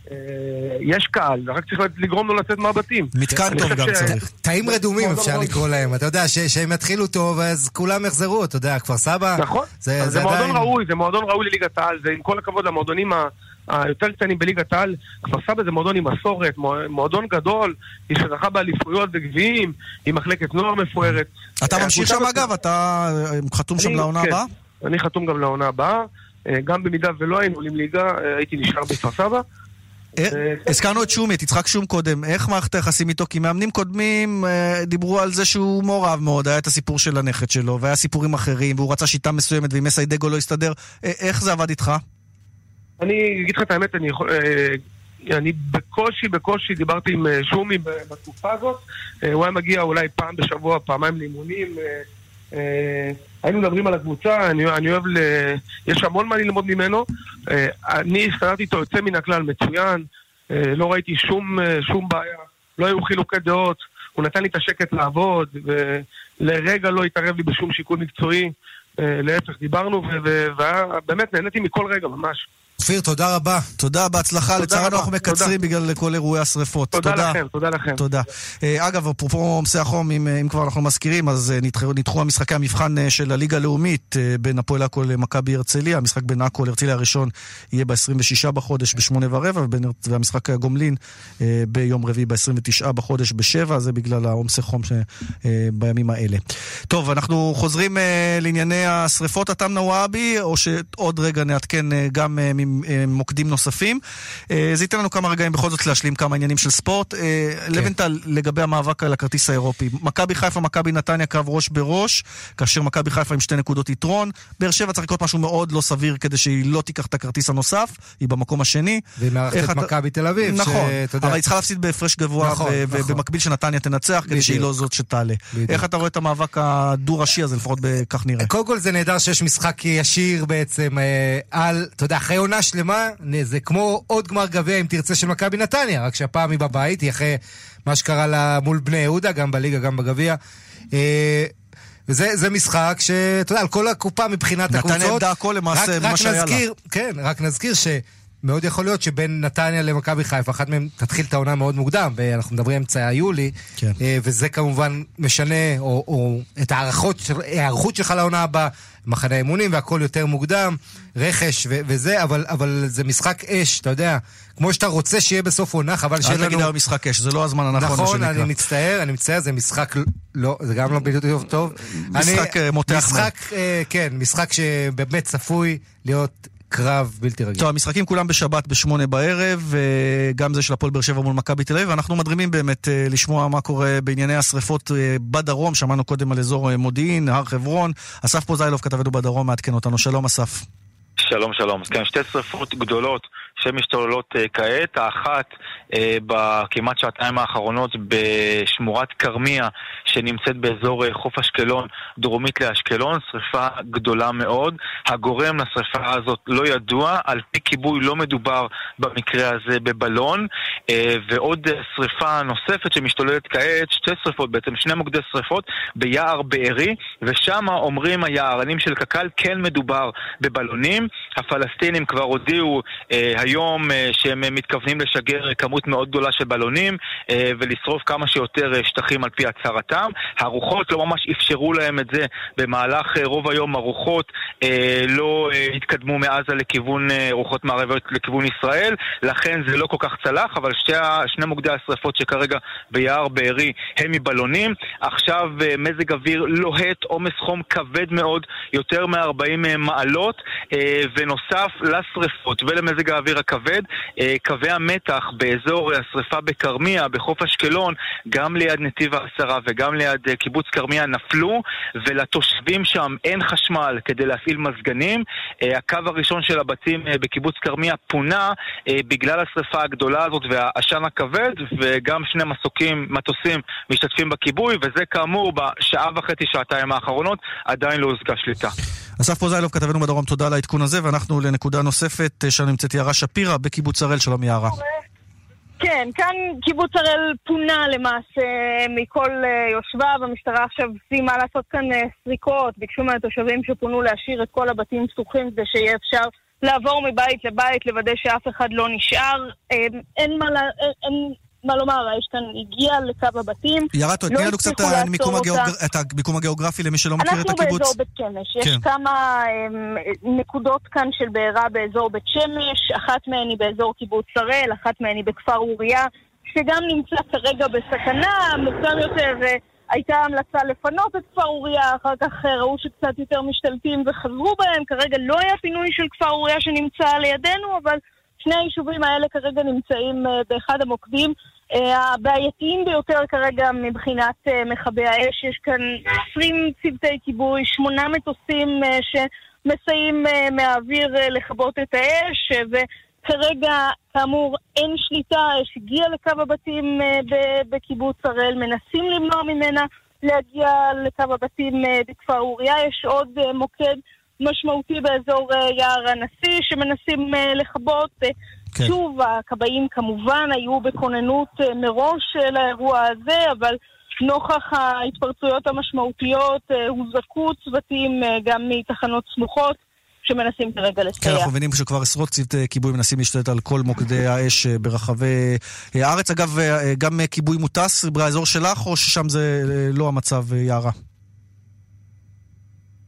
יש קהל, רק צריך לגרום לו לצאת מהבתים. מתקן טוב גם צריך. תאים רדומים אפשר לקרוא להם. אתה יודע, שהם יתחילו טוב, אז כולם יחזרו, אתה יודע, כפר סבא. נכון, זה מועדון ראוי, זה מועדון ראוי לליגת העל, זה עם כל הכבוד למועדונים היותר קטנים בליגת העל. כפר סבא זה מועדון עם מסורת, מועדון גדול, היא שזכה באליפויות וגביעים, היא מחלקת נוער מפוארת. אתה ממשיך שם אגב? אתה חתום שם לעונה הבאה? אני חתום גם לעונה הבאה, גם במידה ולא היינו עולים ליגה, הייתי נשאר בכפר סבא. הזכרנו את שומי, את יצחק שום קודם, איך מערכת היחסים איתו? כי מאמנים קודמים דיברו על זה שהוא מעורב מאוד, היה את הסיפור של הנכד שלו, והיה סיפורים אחרים, והוא רצה שיטה מסוימת, ואם מסיידגו לא הסתדר, איך זה עבד איתך? אני אגיד לך את האמת, אני יכול... אני בקושי, בקושי דיברתי עם שומי בתקופה הזאת, הוא היה מגיע אולי פעם בשבוע, פעמיים לאימונים, היינו מדברים על הקבוצה, אני, אני אוהב ל... יש המון מה ללמוד ממנו, אני הסתדרתי איתו יוצא מן הכלל מצוין, לא ראיתי שום, שום בעיה, לא היו חילוקי דעות, הוא נתן לי את השקט לעבוד, ולרגע לא התערב לי בשום שיקול מקצועי, להפך דיברנו, ובאמת נהניתי מכל רגע ממש. אופיר, תודה רבה. תודה, בהצלחה. לצערנו אנחנו מקצרים בגלל כל אירועי השריפות. תודה לכם, תודה לכם. תודה. אגב, אפרופו עומסי החום, אם כבר אנחנו מזכירים, אז נדחו המשחקי המבחן של הליגה הלאומית בין הפועל עכו למכבי הרצליה. המשחק בין עכו להרצליה הראשון יהיה ב-עשרים ושישה בחודש בשמונה ורבע, והמשחק הגומלין ביום רביעי ב-עשרים ותשעה בחודש בשבע, זה בגלל העומסי חום בימים האלה. טוב, אנחנו חוזרים לענייני השריפות. אתם נוואבי, או שעוד רגע נעדכן גם ממוקדים נוספים. זה ייתן לנו כמה רגעים בכל זאת להשלים כמה עניינים של ספורט. לבנטל, לגבי המאבק על הכרטיס האירופי. מכבי חיפה, מכבי נתניה, קרב ראש בראש, כאשר מכבי חיפה עם שתי נקודות יתרון. באר שבע צריך לקרות משהו מאוד לא סביר כדי שהיא לא תיקח את הכרטיס הנוסף, היא במקום השני. והיא מערכת את מכבי תל אביב. נכון, אבל היא צריכה להפסיד בהפרש גבוה, ובמקביל שנתניה תנצח כדי שהיא לא זאת שתעלה. איך אתה רואה את המאבק הדו-ראשי הזה, לפחות בכך נראה? קודם כל זה נהדר שיש משחק ישיר בעצם על, אתה יודע, אחרי עונה שלמה, זה כמו עוד גמר גביע אם תרצה של מכבי נתניה, רק שהפעם היא בבית, היא אחרי מה שקרה לה מול בני יהודה, גם בליגה, גם בגביע. וזה זה משחק שאתה יודע, על כל הקופה מבחינת הקבוצות. נתניה עמדה הכל למעשה מה שהיה לה. כן, רק נזכיר שמאוד יכול להיות שבין נתניה למכבי חיפה, אחת מהם תתחיל את העונה מאוד מוקדם, ואנחנו מדברים אמצע היולי, כן. וזה כמובן משנה, או, או את הערכות, הערכות שלך לעונה הבאה, מחנה אימונים והכל יותר מוקדם, רכש ו- וזה, אבל, אבל זה משחק אש, אתה יודע, כמו שאתה רוצה שיהיה בסוף עונה, חבל שיהיה לנו... אל תגיד על משחק אש, זה לא הזמן הנכון. נכון, אני מצטער, אני מצטער, זה משחק, לא, זה גם לא בדיוק טוב. משחק אני, מותח. משחק, כן, משחק שבאמת צפוי להיות... קרב בלתי רגיל. טוב, המשחקים כולם בשבת בשמונה בערב, גם זה של הפועל באר שבע מול מכבי תל אביב, ואנחנו מדרימים באמת לשמוע מה קורה בענייני השריפות בדרום, שמענו קודם על אזור מודיעין, הר חברון, אסף פוזיילוב כתבנו בדרום, מעדכן אותנו, שלום אסף. שלום שלום, אז כן, שתי שריפות גדולות שמשתוללות uh, כעת, האחת uh, בכמעט שעתיים האחרונות בשמורת קרמיה שנמצאת באזור uh, חוף אשקלון, דרומית לאשקלון, שריפה גדולה מאוד. הגורם לשריפה הזאת לא ידוע, על פי כיבוי לא מדובר במקרה הזה בבלון, uh, ועוד uh, שריפה נוספת שמשתוללת כעת, שתי שריפות בעצם, שני מוקדי שריפות ביער בארי, ושם אומרים היערנים של קק"ל כן מדובר בבלונים. הפלסטינים כבר הודיעו אה, היום אה, שהם מתכוונים לשגר כמות מאוד גדולה של בלונים אה, ולשרוף כמה שיותר אה, שטחים על פי הצהרתם. הרוחות לא ממש אפשרו להם את זה במהלך אה, רוב היום. הרוחות אה, לא אה, התקדמו מעזה לכיוון אה, רוחות מערביות לכיוון ישראל, לכן זה לא כל כך צלח, אבל שתי, שני מוקדי השריפות שכרגע ביער בארי הם מבלונים. עכשיו אה, מזג אוויר לוהט, עומס חום כבד מאוד, יותר מ-ארבעים אה, מעלות, אה, ונוסף לשריפות ולמזג האוויר הכבד, קווי המתח באזור השריפה בקרמיה, בחוף אשקלון, גם ליד נתיב העשרה וגם ליד קיבוץ קרמיה נפלו, ולתושבים שם אין חשמל כדי להפעיל מזגנים. הקו הראשון של הבתים בקיבוץ קרמיה פונה בגלל השריפה הגדולה הזאת והעשן הכבד, וגם שני מסוקים, מטוסים משתתפים בכיבוי, וזה כאמור בשעה וחצי שעתיים האחרונות עדיין לא הושגה שליטה. אסף פוזיילוב כתבנו בדרום, תודה על העדכון הזה, ואנחנו לנקודה נוספת שם נמצאת יערה שפירא בקיבוץ הראל. שלום יערה. כן, כאן קיבוץ הראל פונה למעשה מכל יושביו. המשטרה עכשיו סיימה לעשות כאן סריקות, ביקשו מהתושבים שפונו להשאיר את כל הבתים פתוחים כדי שיהיה אפשר לעבור מבית לבית, לוודא שאף אחד לא נשאר. אין מה, אין מה לומר, יש כאן הגיע לקו הבתים. יערה, תני לנו קצת את המיקום הגיאוגרפי למי שלא מכיר את הקיבוץ. אנחנו באזור בית שמש. יש כמה נקודות כאן של בעירה באזור בית שמש, אחת מהן היא באזור קיבוץ הראל, אחת מהן היא בכפר אוריה, שגם נמצא כרגע בסכנה. מוקדם יותר הייתה המלצה לפנות את כפר אוריה, אחר כך ראו שקצת יותר משתלטים וחזרו בהם. כרגע לא היה פינוי של כפר אוריה שנמצא לידינו, אבל שני היישובים האלה כרגע נמצאים באחד המוקדים הבעייתיים ביותר כרגע מבחינת מכבי האש. יש כאן עשרים צוותי כיבוי, שמונה מטוסים שמסייעים מהאוויר לכבות את האש, וכרגע כאמור אין שליטה. האש הגיעה לקו הבתים בקיבוץ הראל, מנסים למנוע ממנה להגיע לקו הבתים בכפר אוריה. יש עוד מוקד משמעותי באזור יער הנשיא שמנסים לכבות. כן. שוב, הכבאים כמובן היו בכוננות מראש לאירוע הזה, אבל נוכח ההתפרצויות המשמעותיות הוזעקו צוותים גם מתחנות סמוכות שמנסים כרגע לסייע. כן, אנחנו מבינים שכבר עשרות צוותי כיבוי מנסים להשתלט על כל מוקדי האש ברחבי הארץ. אגב, גם כיבוי מוטס באזור שלך, או ששם זה לא המצב, יערה?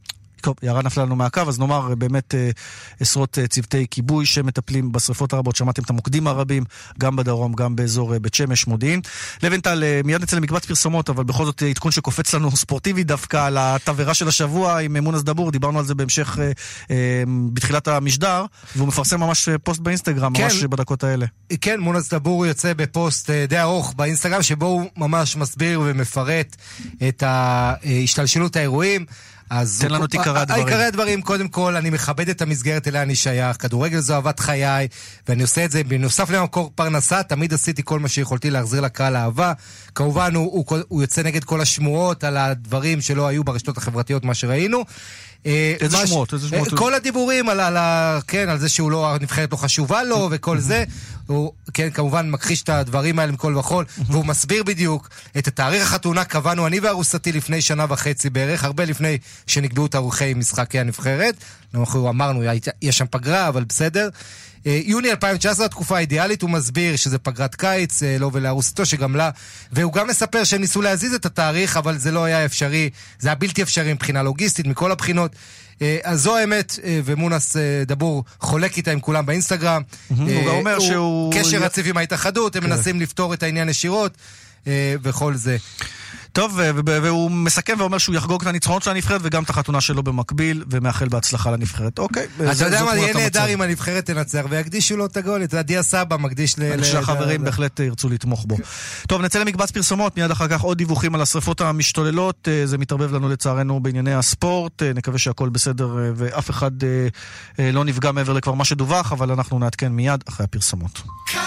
טוב, יערה נפלה לנו מהקו, אז נאמר באמת עשרות צוותי כיבוי שמטפלים בשריפות הרבות, שמעתם את המוקדים הרבים, גם בדרום, גם באזור בית שמש, מודיעין. לבנטל, מיד נצא למקבץ פרסומות, אבל בכל זאת עדכון שקופץ לנו ספורטיבי דווקא על התברה של השבוע עם מונס דבור, דיברנו על זה בהמשך בתחילת המשדר, והוא מפרסם ממש פוסט באינסטגרם, כן, ממש בדקות האלה. כן, מונס דבור יוצא בפוסט די ארוך באינסטגרם, שבו הוא ממש מסביר ומפרט את השתלשלות האירועים. אז תן לנו את עיקרי הדברים. עיקרי הדברים, קודם כל, אני מכבד את המסגרת אליה אני שייך, כדורגל זו אהבת חיי, ואני עושה את זה בנוסף למקור פרנסה, תמיד עשיתי כל מה שיכולתי להחזיר לקהל האהבה. כמובן, הוא, הוא, הוא יוצא נגד כל השמועות על הדברים שלא היו ברשתות החברתיות, מה שראינו. איזה שמות? כל הדיבורים על, על, כן, על זה שהוא לא, הנבחרת לא חשובה לו וכל זה, הוא כן, כמובן מכחיש את הדברים האלה מכל וכל, והוא מסביר בדיוק את התאריך החתונה קבענו אני וארוסתי לפני שנה וחצי בערך, הרבה לפני שנקבעו תאריכי משחקי הנבחרת. אנחנו אמרנו, יש שם פגרה, אבל בסדר. יוני אלפיים תשע עשרה, התקופה האידיאלית, הוא מסביר שזה פגרת קיץ, לא ולארוסתו שגם לה, והוא גם מספר שהם ניסו להזיז את התאריך, אבל זה לא היה אפשרי, זה היה בלתי אפשרי מבחינה לוגיסטית, מכל הבחינות. אז זו האמת, ומונס דבור חולק איתה עם כולם באינסטגרם. הוא גם אומר שהוא... קשר רציף עם ההתאחדות, הם מנסים לפתור את העניין ישירות, וכל זה. טוב, והוא מסכם ואומר שהוא יחגוג את הניצחונות של הנבחרת וגם את החתונה שלו במקביל, ומאחל בהצלחה לנבחרת. אוקיי. אתה יודע מה, יהיה נהדר אם הנבחרת תנצח, ויקדישו לו את הגול, את הדיה סבא מקדיש ל... אני חושב שהחברים בהחלט ירצו לתמוך בו. טוב, נצא למקבץ פרסומות, מיד אחר כך עוד דיווחים על השריפות המשתוללות, זה מתערבב לנו לצערנו בענייני הספורט, נקווה שהכל בסדר ואף אחד לא נפגע מעבר לכבר מה שדווח, אבל אנחנו נעדכן מיד אחרי הפרסומות.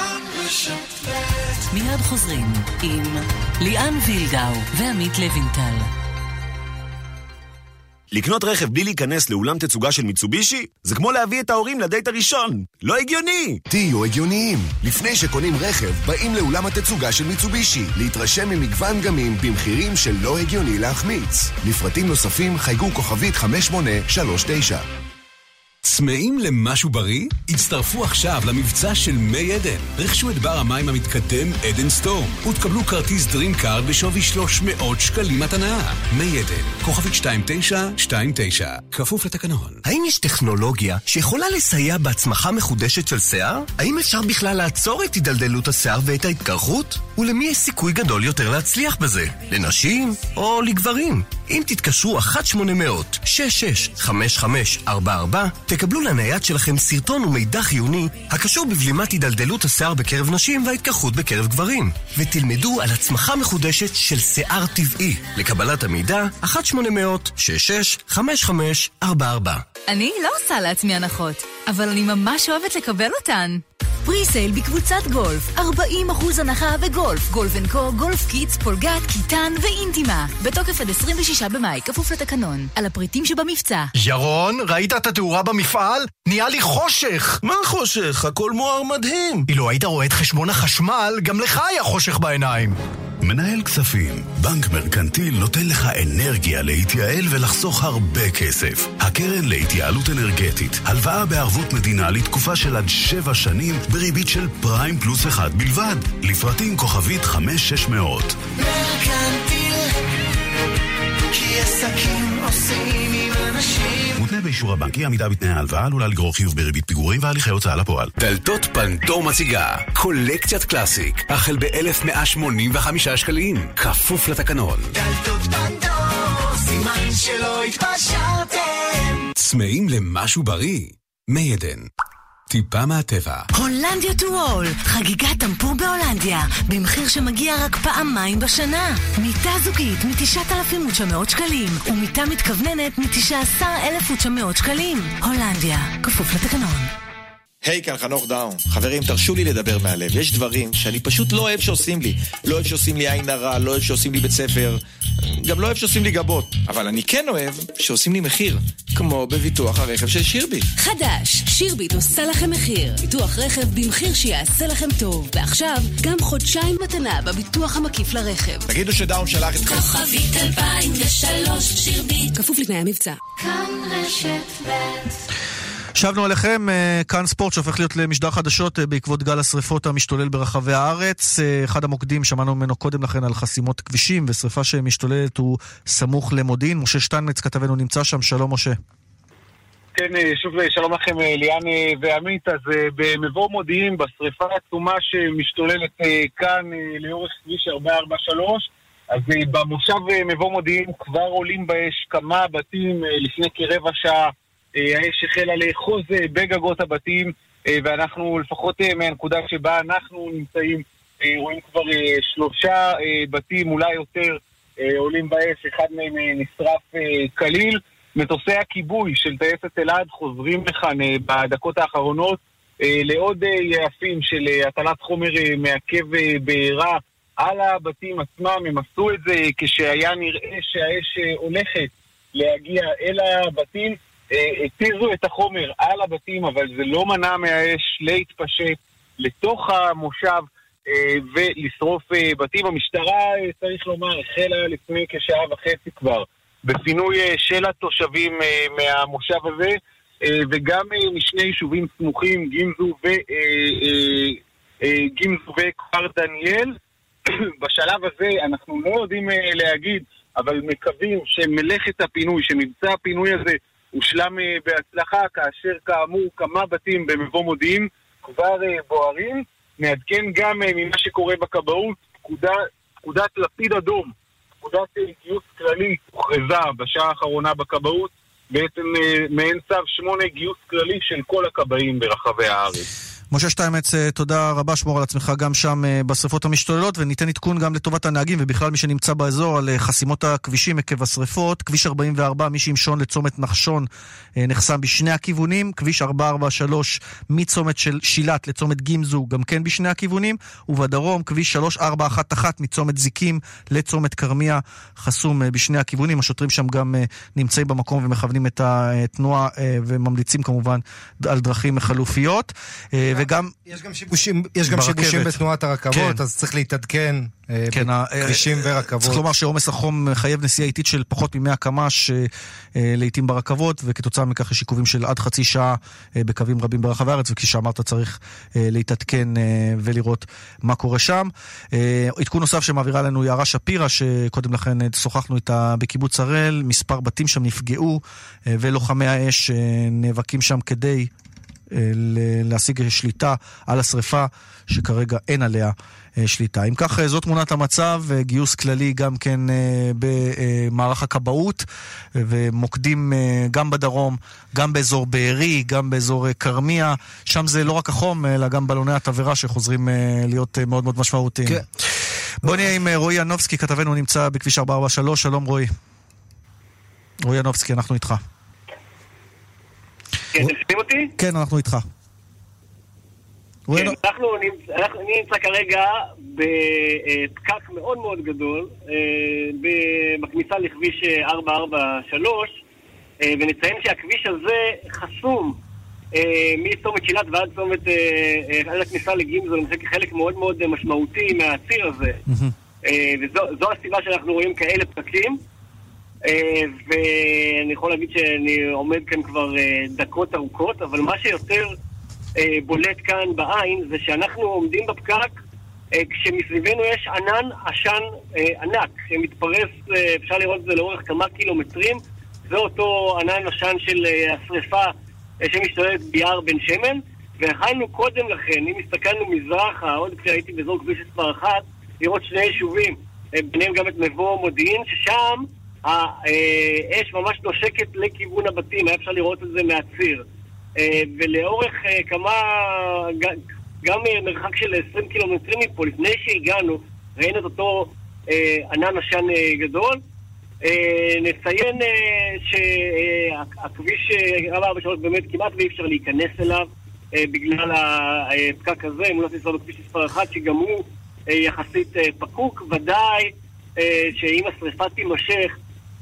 מיד חוזרים עם ליאן וילדאו ועמית לוינטל. לקנות רכב בלי להיכנס לאולם תצוגה של מיצובישי? זה כמו להביא את ההורים לדייט הראשון. לא הגיוני! תהיו הגיוניים. לפני שקונים רכב, באים לאולם התצוגה של מיצובישי, להתרשם ממגוון דגמים במחירים שלא הגיוני להחמיץ. לפרטים נוספים חייגו כוכבית חמש שמונה שלוש תשע. צמאים למשהו בריא? הצטרפו עכשיו למבצע של מי עדן. רכשו את בר המים המתקדם עדן סטורם ותקבלו כרטיס דרים קארד בשווי שלוש מאות שקלים מתנה. מי עדן, כוכבית שתיים תשע שתיים תשע, כפוף לתקנון. האם יש טכנולוגיה שיכולה לסייע בהצמחה מחודשת של שיער? האם אפשר בכלל לעצור את הידלדלות השיער ואת ההתקרחות? ולמי יש סיכוי גדול יותר להצליח בזה? לנשים או לגברים? אם תתקשרו אחת שמונה מאות שש שש חמש חמש ארבע ארבע, תקבלו לנייד שלכם סרטון ומידע חיוני הקשור בבלימת הידלדלות השיער בקרב נשים וההתקרחות בקרב גברים, ותלמדו על הצמחה מחודשת של שיער טבעי. לקבלת המידע אחת שמונה מאות שש שש חמש חמש ארבע ארבע. אני לא עושה לעצמי הנחות, אבל אני ממש אוהבת לקבל אותן. פריסייל בקבוצת גולף, ארבעים אחוז הנחה בגולף, גולף אנד קו, גולף קיטס, פולגת, קיטן ואינטימה. בתוקף עד עשרים ושישה במאי, כפוף לתקנון. על הפריטים שבמבצע. ירון, ראית את התאורה במפעל? נהיה לי חושך. מה חושך? הכל מואר מדהים. אילו היית רואה את חשבון החשמל, גם לך היה חושך בעיניים. מנהל כספים, בנק מרקנטיל נותן לך אנרגיה להתייעל ולחסוך הרבה כסף. הקרן להתייעלות אנרגטית, הלוואה בערבות מדינה לתקופה של עד שבע שנים בריבית של פריים פלוס אחד בלבד. לפרטים כוכבית חמש שש מאות. מרקנטיל, כי עסקים עושים עם אנשים. מותנה באישור הבנקי, עמידה בתנאי ההלוואה עלולה לגרור חיוב בריבית פיגורים והליכי הוצאה לפועל. דלתות פנדור מציגה קולקציית קלאסיק החל ב-אלף מאה שמונים וחמישה שקלים, כפוף לתקנון. דלתות פנדור, סימן שלא התפשרתם. צמאים למשהו בריא? מי עדן, טיפה מהטבע. הולנדיה טו וול, חגיגת טמפור בהולנדיה, במחיר שמגיע רק פעמיים בשנה. מיטה זוגית מ-תשעת אלפים ותשע מאות שקלים, ומיטה מתכווננת מ-תשעה עשר אלף ותשע מאות שקלים. הולנדיה, כפוף לתקנון. היי, כאן חנוך דאון. חברים, תרשו לי לדבר מהלב. יש דברים שאני פשוט לא אוהב שעושים לי. לא אוהב שעושים לי עין הרע, לא אוהב שעושים לי בית ספר, גם לא אוהב שעושים לי גבות. אבל אני כן אוהב שעושים לי מחיר, כמו בביטוח הרכב של שירביט. חדש, שירביט עושה לכם מחיר. ביטוח רכב במחיר שיעשה לכם טוב. ועכשיו, גם חודשיים מתנה בביטוח המקיף לרכב. תגידו שדאון שלח את כוכבית אלפיים ושלוש שירביט. כפוף לתנאי המבצע. כאן רשת ב' שבנו עליכם, כאן ספורט שהופך להיות למשדר חדשות בעקבות גל השריפות המשתולל ברחבי הארץ. אחד המוקדים, שמענו ממנו קודם לכן על חסימות כבישים, ושריפה שמשתוללת הוא סמוך למודיעין. משה שטיינמץ כתבנו נמצא שם, שלום משה. כן, שוב שלום לכם ליאן ועמית. אז במבוא מודיעין, בשריפה העצומה שמשתוללת כאן לאורך כביש ארבע ארבע שלוש, אז במושב מבוא מודיעין כבר עולים באש כמה בתים. לפני כרבע שעה האש החלה לאחוז בגגות הבתים, ואנחנו לפחות מהנקודה שבה אנחנו נמצאים רואים כבר שלושה בתים, אולי יותר, עולים באש. אחד מהם נשרף כליל. מטוסי הכיבוי של טייסת אלעד חוזרים לכאן בדקות האחרונות לעוד יעפים של הטלת חומר מעכב בעירה על הבתים עצמם. הם עשו את זה כשהיה נראה שהאש הולכת להגיע אל הבתים, התיזו את החומר על הבתים, אבל זה לא מנע מהאש להתפשט לתוך המושב ולשרוף בתים. המשטרה, צריך לומר, החלה לפני כשעה וחצי כבר בפינוי של התושבים מהמושב הזה, וגם משני יישובים סמוכים, גמזו ו גמזו וכפר דניאל. בשלב הזה אנחנו לא יודעים להגיד, אבל מקווים שמלאכת הפינוי, שמבצע הפינוי הזה הושלם בהצלחה, כאשר כאמור כמה בתים במבוא מודיעין כבר בוערים. נעדכן גם ממה שקורה בכבאות, פקודה, פקודת לפיד אדום, פקודת גיוס כללי הוכרזה בשעה האחרונה בכבאות, בעצם מעין צו שמונה גיוס כללי של כל הכבאים ברחבי הארץ. משה שטיינמץ, תודה רבה, שמור על עצמך גם שם בשריפות המשתוללות, וניתן עדכון גם לטובת הנהגים ובכלל מי שנמצא באזור על חסימות הכבישים עקב השריפות. כביש ארבעים וארבע משמשון לצומת נחשון נחסם בשני הכיוונים, כביש ארבע ארבע שלוש מצומת של שילת לצומת גמזו גם כן בשני הכיוונים, ובדרום כביש שלוש ארבע אחת אחת מצומת זיקים לצומת קרמיה חסום בשני הכיוונים. השוטרים שם גם נמצאים במקום ומכוונים את התנועה וממליצים כמובן על דרכים חלופיות. וגם יש גם שיבושים, יש גם שיבושים בתנועת הרכבות, אז צריך להתעדכן בכבישים ורכבות. צריך לומר שעומס החום מחייב נסיעה איטית של פחות מ-מאה קמ"ש לעתים ברכבות, וכתוצאה מכך יש עיכובים של עד חצי שעה בקווים רבים ברחבי הארץ, וכפי שאמרת צריך להתעדכן ולראות מה קורה שם. עדכון נוסף שמעבירה לנו יערה שפירא, שקודם לכן שוחחנו איתה בקיבוץ הראל, מספר בתים שם נפגעו, ולוחמי האש נאבקים שם כדי להשיג שליטה על השריפה שכרגע אין עליה שליטה. אם כך, זאת תמונת המצב, גיוס כללי גם כן במערך הכבאות ומוקדים גם בדרום, גם באזור בארי, גם באזור קרמיה. שם זה לא רק החום אלא גם בלוני התבערה שחוזרים להיות מאוד מאוד משמעותיים. כן. בוא נהיה עם רועי ינובסקי, כתבנו נמצא בכביש ארבע ארבע שלוש. שלום רועי. רועי ינובסקי, אנחנו איתך. כן, אתם שומעים אותי? כן, אנחנו איתך. כן, אנחנו נמצא כרגע בפקק מאוד מאוד גדול בכניסה לכביש ארבע ארבע שלוש, ונציין שהכביש הזה חסום מצומת שילת ועד צומת עד הכניסה לגמזו, אני חושב כחלק מאוד מאוד משמעותי מהציר הזה, וזו הסיבה שאנחנו רואים כאלה פקקים. ואני יכול להגיד שאני עומד כאן כבר דקות ארוכות, אבל מה שיותר בולט כאן בעין זה שאנחנו עומדים בפקק כשמסביבנו יש ענן עשן ענק שמתפרס, אפשר לראות את זה לאורך כמה קילומטרים. זה אותו ענן עשן של השריפה שמשתוללת ביער בן שמן, והחלנו קודם לכן, אם הסתכלנו מזרחה, עוד כשהייתי באזור כביש מספר אחת, לראות שני יישובים, ביניהם גם את מבוא מודיעין, ששם האש ממש נושקת לכיוון הבתים, היה אפשר לראות את זה מהציר. ולאורך כמה, גם מרחק של עשרים קילומטרים מפה, לפני שהגענו, ראינו את אותו ענן עשן גדול. נציין שהכביש ארבע ארבע שלוש באמת כמעט ואי אפשר להיכנס אליו בגלל הפקק הזה, אם לא תיסע בכביש מספר אחת, שגם הוא יחסית פקוק. ודאי שאם השריפה תימשך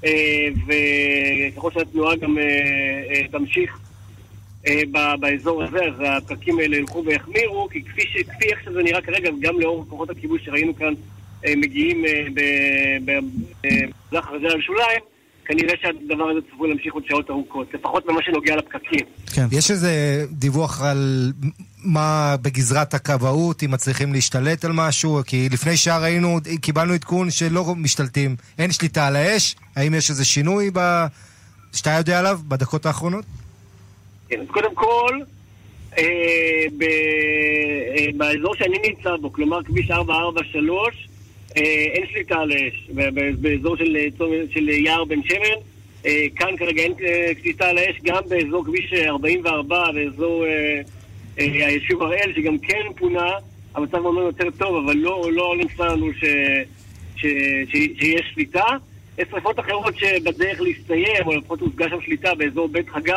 וככל שהתנועה גם תמשיך באזור הזה, אז הפקקים האלה ילכו ויחמירו, כי כפי, כפי איך שזה נראה כרגע, גם לאור כוחות הכיבוי שראינו כאן מגיעים בזרח הזה על שוליים, כנראה שהדבר הזה צפוי להמשיך עוד שעות ארוכות, לפחות ממה שנוגע לפקקים. כן. יש איזה דיווח על מה בגזרת הכבאות, אם מצליחים להשתלט על משהו? כי לפני שעה ראינו, קיבלנו עדכון שלא משתלטים, אין שליטה על האש. האם יש איזה שינוי ב... שאתה יודע עליו בדקות האחרונות? כן, אז קודם כל, אה, ב... אה, באזור שאני נמצא בו, כלומר כביש ארבע ארבע שלוש, אה, אין שליטה על האש. באזור של, של יער בן שמן, אה, כאן כרגע אין שליטה על האש, גם באזור כביש ארבעים וארבע, באזור אה, אה, היישוב הראל, שגם כן פונה, המצב מאוד יותר טוב, אבל לא, לא נמצא לנו ש... ש... ש... שיש שליטה. יש שריפות אחרות שבדרך להסתיים, או לפחות הושגה שם שליטה באזור בית חגי,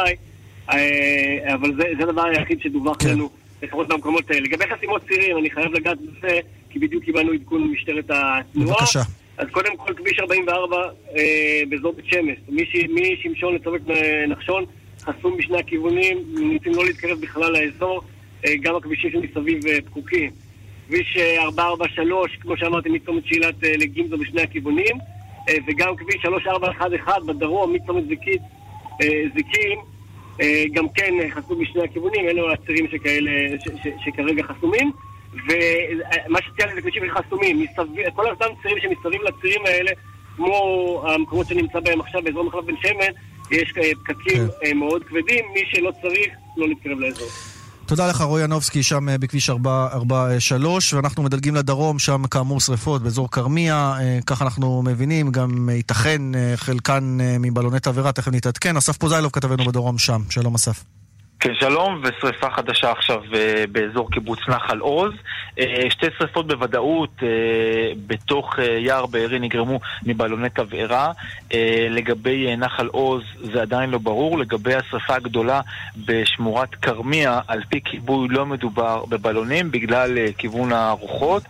אבל זה, זה הדבר היחיד שדווח כן. לנו לפחות במקומות האלה. לגבי חסימות צירים, אני חייב לגעת בזה, כי בדיוק קיבלנו עדכון ממשטרת התנועה. בבקשה. אז קודם כל, כביש ארבעים וארבע אה, באזור בית שמש, משמשון לצומת נחשון, חסום בשני הכיוונים, ניסים לא להתקרב בכלל לאזור, אה, גם הכבישים שמסביב אה, פקוקים. כביש ארבע ארבע שלוש, כמו שאמרתי, מצומת שילת אה, לגימזו בשני הכיוונים, וגם כביש שלוש ארבע אחת אחת בדרום, מצומת זיקית, זיקים, גם כן חסום בשני הכיוונים, אלו הצירים שכאלה, ש, ש, שכרגע חסומים, ומה שציינתי זה כבישים חסומים, מסביב, כל אותם צירים שמסביב לצירים האלה, כמו המקומות שנמצא בהם עכשיו באזור מחלף בן שמן, יש פקקים כן. מאוד כבדים, מי שלא צריך לא להתקרב לאזור. תודה לך רועי ינובסקי, שם בכביש ארבע ארבע שלוש, ואנחנו מדלגים לדרום, שם כאמור שריפות באזור קרמיה, כך אנחנו מבינים, גם ייתכן חלקן מבלוני תבערה, תכף נתעדכן. אסף פוזיילוב כתבנו בדרום שם, שלום אסף. כן, שלום, ושריפה חדשה עכשיו באזור קיבוץ נחל עוז. שתי שריפות בוודאות בתוך יער בארי נגרמו מבלוני תבערה. לגבי נחל עוז זה עדיין לא ברור. לגבי השריפה הגדולה בשמורת קרמיה, על פי כיבוי לא מדובר בבלונים בגלל כיוון הרוחות,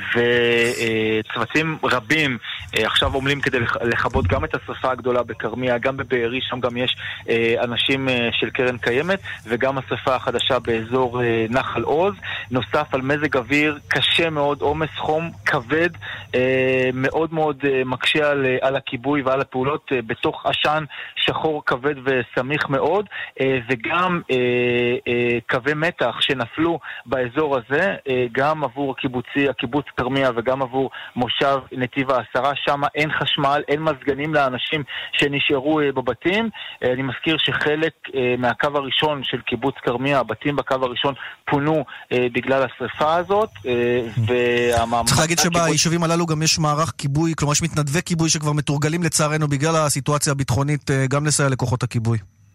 וצוותים רבים עכשיו עומלים כדי לכבות גם את השריפה הגדולה בקרמיה, גם בבארי, שם גם יש אנשים של קרן קיימת, וגם השריפה החדשה באזור אה, נחל עוז. נוסף על מזג אוויר קשה מאוד, עומס חום כבד, אה, מאוד מאוד אה, מקשה על, על הכיבוי ועל הפעולות אה, בתוך עשן שחור כבד וסמיך מאוד, אה, וגם אה, אה, קווי מתח שנפלו באזור הזה, אה, גם עבור הקיבוצי, הקיבוץ קרמיה וגם עבור מושב נתיב העשרה. שם אין חשמל, אין מזגנים לאנשים שנשארו אה, בבתים. אה, אני מזכיר שחלק אה, מהקו הראשון של קיבוץ קרמיה, הבתים בקו הראשון פונו אה, בגלל השריפה הזאת, אה, והמאמץ... צריך להגיד שביישובים הללו גם יש מערך כיבוי, כלומר יש מתנדבי כיבוי שכבר מתורגלים לצערנו בגלל הסיטואציה הביטחונית אה, גם לסייע לכוחות הכיבוי.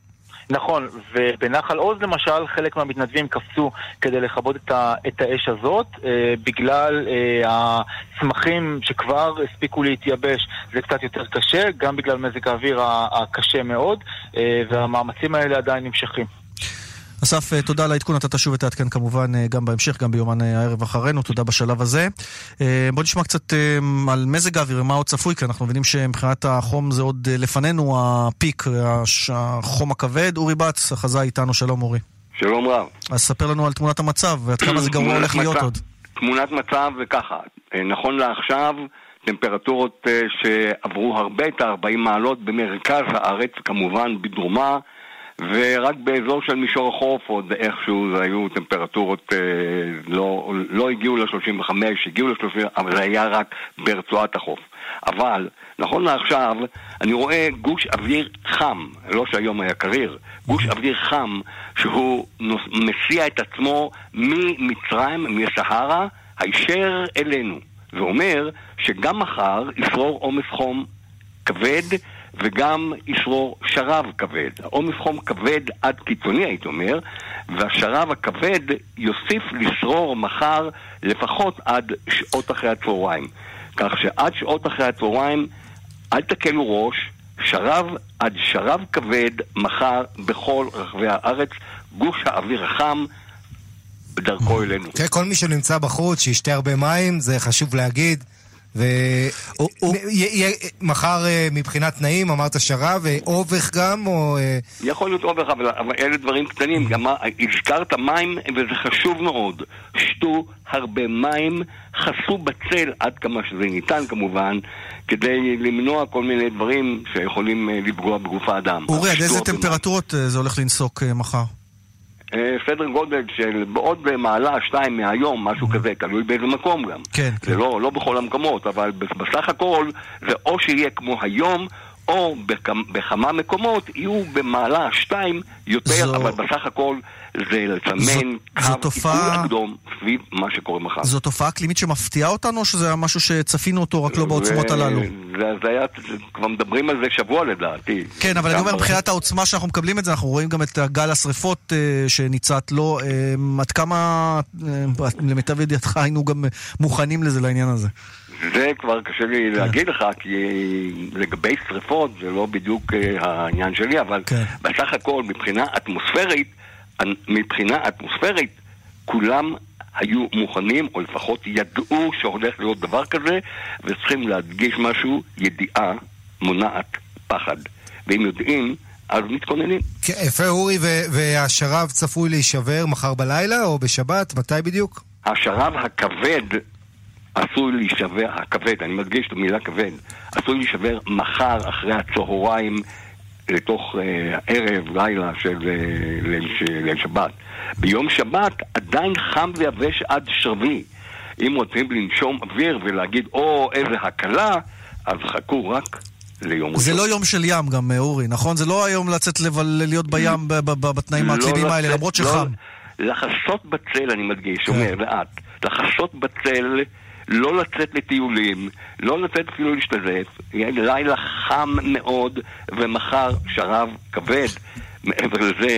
נכון, ובנחל עוז למשל חלק מהמתנדבים קפצו כדי לכבות את, ה, את האש הזאת, אה, בגלל אה, הצמחים שכבר הספיקו להתייבש, זה קצת יותר קשה, גם בגלל מזג האוויר הקשה מאוד, אה, והמאמצים האלה עדיין נמשכים. אסף, תודה על העדכון, אתה תשוב ותעדכן כמובן גם בהמשך, גם ביומן הערב אחרינו, תודה בשלב הזה. בוא נשמע קצת על מזג האוויר, מה עוד צפוי, כי אנחנו מבינים שמבחינת החום זה עוד לפנינו, הפיק, החום הכבד. אורי בץ, החזה איתנו, שלום אורי. שלום רב. אז ספר לנו על תמונת המצב, ועד כמה זה גרוע הולך להיות עוד. תמונת מצב וככה, נכון לעכשיו, טמפרטורות שעברו הרבה את ה-ארבעים מעלות במרכז הארץ, כמובן בדרומה, ורק באזור של מישור החוף עוד איכשהו זה היו טמפרטורות אה, לא, לא הגיעו ל-שלושים וחמש, הגיעו ל-שלושים, אבל זה היה רק ברצועת החוף. אבל נכון לעכשיו אני רואה גוש אוויר חם, לא שהיום היה קריר, גוש אוויר חם שהוא נוס, מסיע את עצמו ממצרים, מהסהרה, הישר אלינו, ואומר שגם מחר ישרור עומס חום כבד וגם ישרור שרב כבד. עומס חום כבד עד קיצוני הייתי אומר, והשרב הכבד יוסיף לשרור מחר לפחות עד שעות אחרי הצהריים. כך שעד שעות אחרי הצהריים אל תקלו ראש, שרב עד שרב כבד מחר בכל רחבי הארץ, גוש האוויר החם בדרכו אלינו. כל מי שנמצא בחוץ שישתה הרבה מים, זה חשוב להגיד, ומחר מבחינת תנאים, אמרת שרב, ואובך גם, או... יכול להיות אובך, אבל אלה דברים קטנים. גם הזכרת מים, וזה חשוב מאוד. שתו הרבה מים, חסו בצל עד כמה שזה ניתן כמובן, כדי למנוע כל מיני דברים שיכולים לפגוע בגוף האדם. אורי, עד איזה טמפרטורות זה הולך לנסוק מחר? סדר גודל של בעוד מעלה, שתיים מהיום, משהו כזה, תלוי באיזה מקום גם. כן, זה כן. לא, לא בכל המקומות, אבל בסך הכל זה או שיהיה כמו היום, או בכמה מקומות יהיו במעלה שתיים יותר, זו... אבל בסך הכל זה לצמן קו עיגול אקדום סביב מה שקורה מחר. זו תופעה אקלימית שמפתיעה אותנו, או שזה משהו שצפינו אותו רק לא בעוצמות ו... הללו? זה, זה היה, כבר מדברים על זה שבוע לדעתי. כן, אבל אני אומר, מבחינת העוצמה שאנחנו מקבלים את זה, אנחנו רואים גם את גל השריפות uh, שניצת לו, uh, עד כמה, uh, למיטב ידיעתך, היינו גם מוכנים לזה לעניין הזה. זה כבר קשה לי להגיד לך, כי לגבי שריפות זה לא בדיוק העניין שלי, אבל בסך הכל מבחינה אטמוספרית, מבחינה אטמוספרית כולם היו מוכנים, או לפחות ידעו שהולך להיות דבר כזה, וצריכים להדגיש משהו, ידיעה מונעת פחד. ואם יודעים, אז מתכוננים. יפה אורי, והשרב צפוי להישבר מחר בלילה או בשבת? מתי בדיוק? השרב הכבד עשוי להישבר, הכבד, אני מדגיש את המילה כבד, עשוי להישבר מחר אחרי הצהריים לתוך אה, ערב, לילה של אה, ליל, ליל שבת. ביום שבת עדיין חם ויבש עד שרבי. אם רוצים לנשום אוויר ולהגיד, או איזה הקלה, אז חכו רק ליום ראשון. זה לא יום של ים גם, אורי, נכון? זה לא היום לצאת להיות בים בתנאים האקלימיים האלה, למרות שחם. לחסות בצל, אני מדגיש, אומר לאט, לחסות בצל, לא לצאת לטיולים, לא לצאת אפילו להשתזף, יהיה לילה חם מאוד, ומחר שרב כבד. מעבר לזה,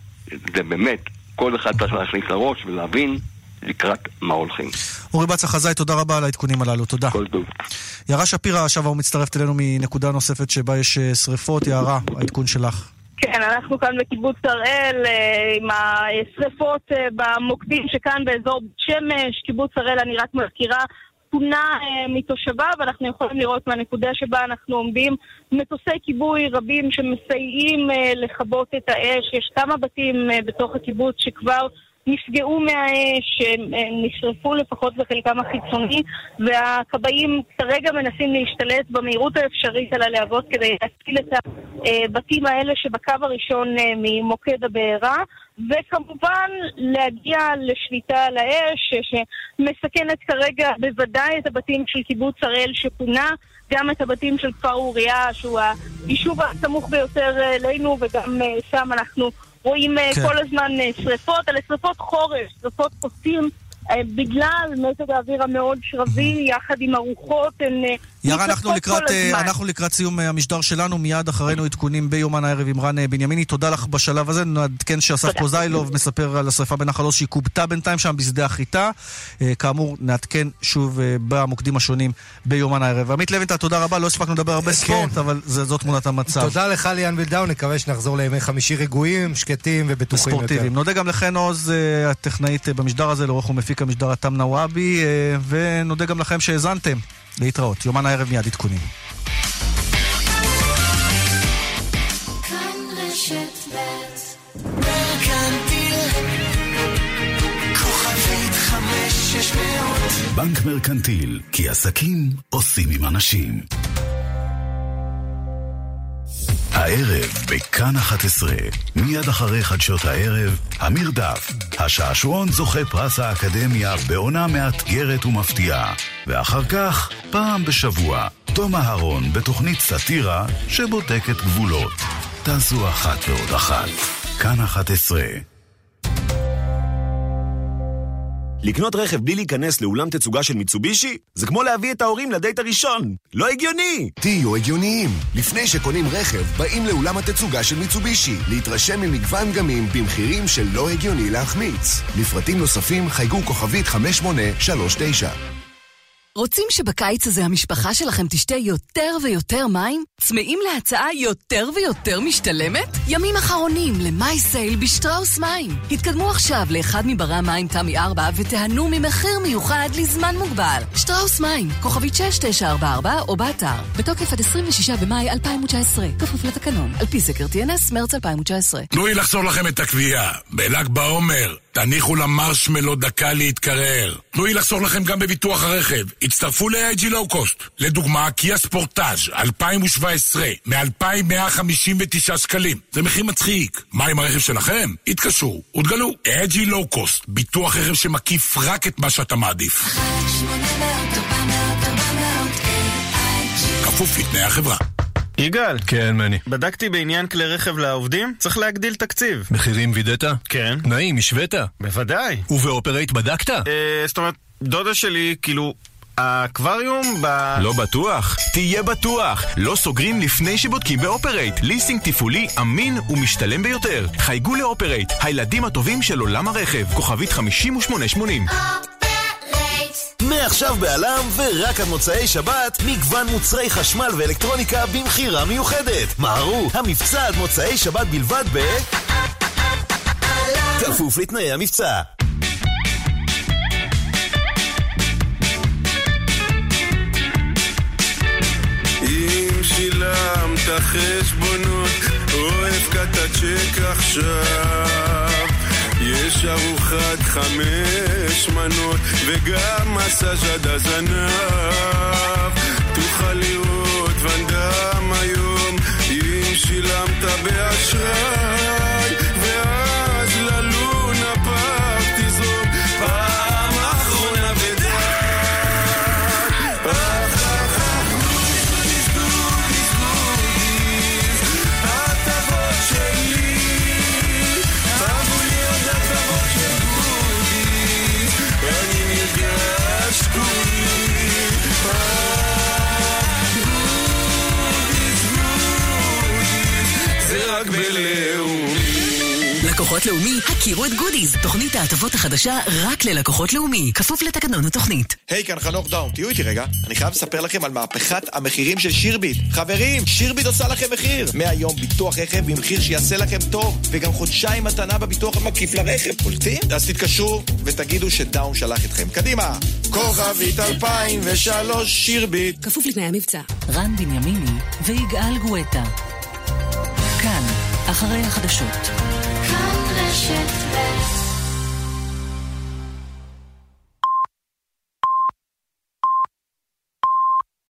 זה באמת, כל אחד צריך להכניס לראש ולהבין לקראת מה הולכים. אורי בצע חזאי, תודה רבה על העדכונים הללו, תודה. כל טוב. יערה שפירא, עכשיו הוא מצטרפת אלינו מנקודה נוספת שבה יש שריפות. יערה, העדכון שלך. כן, אנחנו כאן בקיבוץ הראל עם השריפות במוקדים שכאן באזור שמש. קיבוץ הראל, אני רק מזכירה, פונה מתושבה, ואנחנו יכולים לראות מהנקודה שבה אנחנו עומדים מטוסי כיבוי רבים שמסייעים לכבות את האש. יש כמה בתים בתוך הקיבוץ שכבר נפגעו מהאש, נשרפו לפחות בחלקם החיצוני, והכבאים כרגע מנסים להשתלט במהירות האפשרית על הלהבות כדי להציל את הבתים האלה שבקו הראשון ממוקד הבעירה, וכמובן להגיע לשליטה על האש שמסכנת כרגע בוודאי את הבתים של קיבוץ הראל שפונה, גם את הבתים של כפר אוריה שהוא היישוב הסמוך ביותר אלינו, וגם שם אנחנו רואים כן. כל הזמן שריפות, אלה שריפות חורש, שריפות פוסים, בגלל מזג האוויר המאוד שרבי, יחד עם הרוחות, הן ירה, אנחנו לקראת, אנחנו לקראת סיום המשדר שלנו, מיד אחרינו עדכונים ביומן הערב עם רן בנימיני. תודה לך בשלב הזה. נעדכן שאסף פוזיילוב מספר על השריפה בנחל עוז שהיא קובטה בינתיים שם בשדה החיטה. כאמור, נעדכן שוב במוקדים השונים ביומן הערב. עמית לוינטל, תודה רבה. לא הספקנו לדבר הרבה ספורט, אבל זאת תמונת המצב. תודה לך ליאן וילדאו, נקווה שנחזור לימי חמישי רגועים, שקטים ובטוחים יותר. נודה גם לכן עוז, הטכנאית במשדר הזה, לעורך ומפיק המשדר התאם נוואבי, ונודה גם לכם שהאזנתם. להתראות, יומן הערב מיד עדכונים. כאן רשת בית מרקנטיל כוכבית חמש שש מאות בנק מרקנטיל, כי עסקים עושים עם אנשים. הערב בכאן אחת עשרה, מיד אחרי חדשות הערב, המרדף, השעשועון זוכה פרס האקדמיה בעונה מאתגרת ומפתיעה, ואחר כך, פעם בשבוע, תום אהרון בתוכנית סאטירה שבודקת גבולות. תעשו אחת ועוד אחת. כאן אחת עשרה. לקנות רכב בלי להיכנס לאולם תצוגה של מיצובישי? זה כמו להביא את ההורים לדייט הראשון. לא הגיוני! תהיו הגיוניים. לפני שקונים רכב, באים לאולם התצוגה של מיצובישי, להתרשם ממגוון גמים במחירים שלא הגיוני להחמיץ. לפרטים נוספים חייגו כוכבית חמש שמונה שלוש תשע. רוצים שבקיץ הזה המשפחה שלכם תשתה יותר ויותר מים? צמאים להצעה יותר ויותר משתלמת? ימים אחרונים למאי סייל בשטראוס מים. התקדמו עכשיו לאחד מברי המים תמי ארבע ותיהנו ממחיר מיוחד לזמן מוגבל. שטראוס מים, כוכבית שש תשע ארבע ארבע או באתר. בתוקף עד עשרים ושישה במאי אלפיים תשע עשרה, כפוף לתקנון. על פי סקר טי אן אס, מרץ אלפיים תשע עשרה. תנו לי לחזור לכם את הקביעה. בל"ג בעומר, תניחו למרשמלו דקה להתקרר. תנו לי לחזור לכם גם בביטוח הרכב. הצטרפו ל-איי איי ג'י לואו קוסט. לדוגמה, קיה ספורטאז' אלפיים שבע עשרה, מ-אלפיים מאה חמישים ותשעה שקלים. זה מחיר מצחיק. מה עם הרכב שלכם? התקשרו ותגלו. איי איי ג'י לואו קוסט, ביטוח רכב שמקיף רק את מה שאתה מעדיף. כפוף לתנאי החברה. יגאל. כן, מני. בדקתי בעניין כלי רכב לעובדים, צריך להגדיל תקציב. מחירים וידאת? כן. תנאים, השווית? בוודאי. ובאופרייט בדקת? אה, זאת אומרת, דודה שלי, כאילו, האקווריום ב... לא בטוח? תהיה בטוח. לא סוגרים לפני שבודקים באופרייט. ליסינג תפעולי אמין ומשתלם ביותר. חייגו לאופרייט, הילדים הטובים של עולם הרכב. כוכבית חמישים ושמונה שמונים. מעכשיו בעלם ורק עד מוצאי שבת מגוון מוצרי חשמל ואלקטרוניקה במחירה מיוחדת. מהרו, המבצע עד מוצאי שבת בלבד ב... כפוף לתנאי המבצע. אם שילמת חשבונות או הפקעת צ'ק עכשיו, יש ארוחת חמש מנות וגם מסאז' עד הזנב. תוכל לראות ונדם היום אם שילמת באשראי, ואז ללונה פארק תזרום פעם אחרונה ודי. אך אך אך גודיס גודיס גודיס, הטבות שלי אהבו להיות הטבות של גודיס, אני נרגש כולי. רק בלאומי. לקוחות לאומי, הכירו את גודיז. תוכנית ההטבות החדשה רק ללקוחות לאומי. כפוף לתקנון התוכנית. היי, כאן חנוך דאון, תהיו איתי רגע. אני חייב לספר לכם על מהפכת המחירים של שירביט. חברים, שירביט עושה לכם מחיר. מהיום ביטוח רכב במחיר שיעשה לכם טוב, וגם חודשיים מתנה בביטוח המקיף לרכב. קולטים? אז תתקשרו ותגידו שדאון שלח אתכם. קדימה. כוכבית אלפיים ושלוש שירביט. כפוף לתנאי המבצע. רן בנימיני ויגאל גואטה. כאן, אחרי החדשות. כאן רשת ב'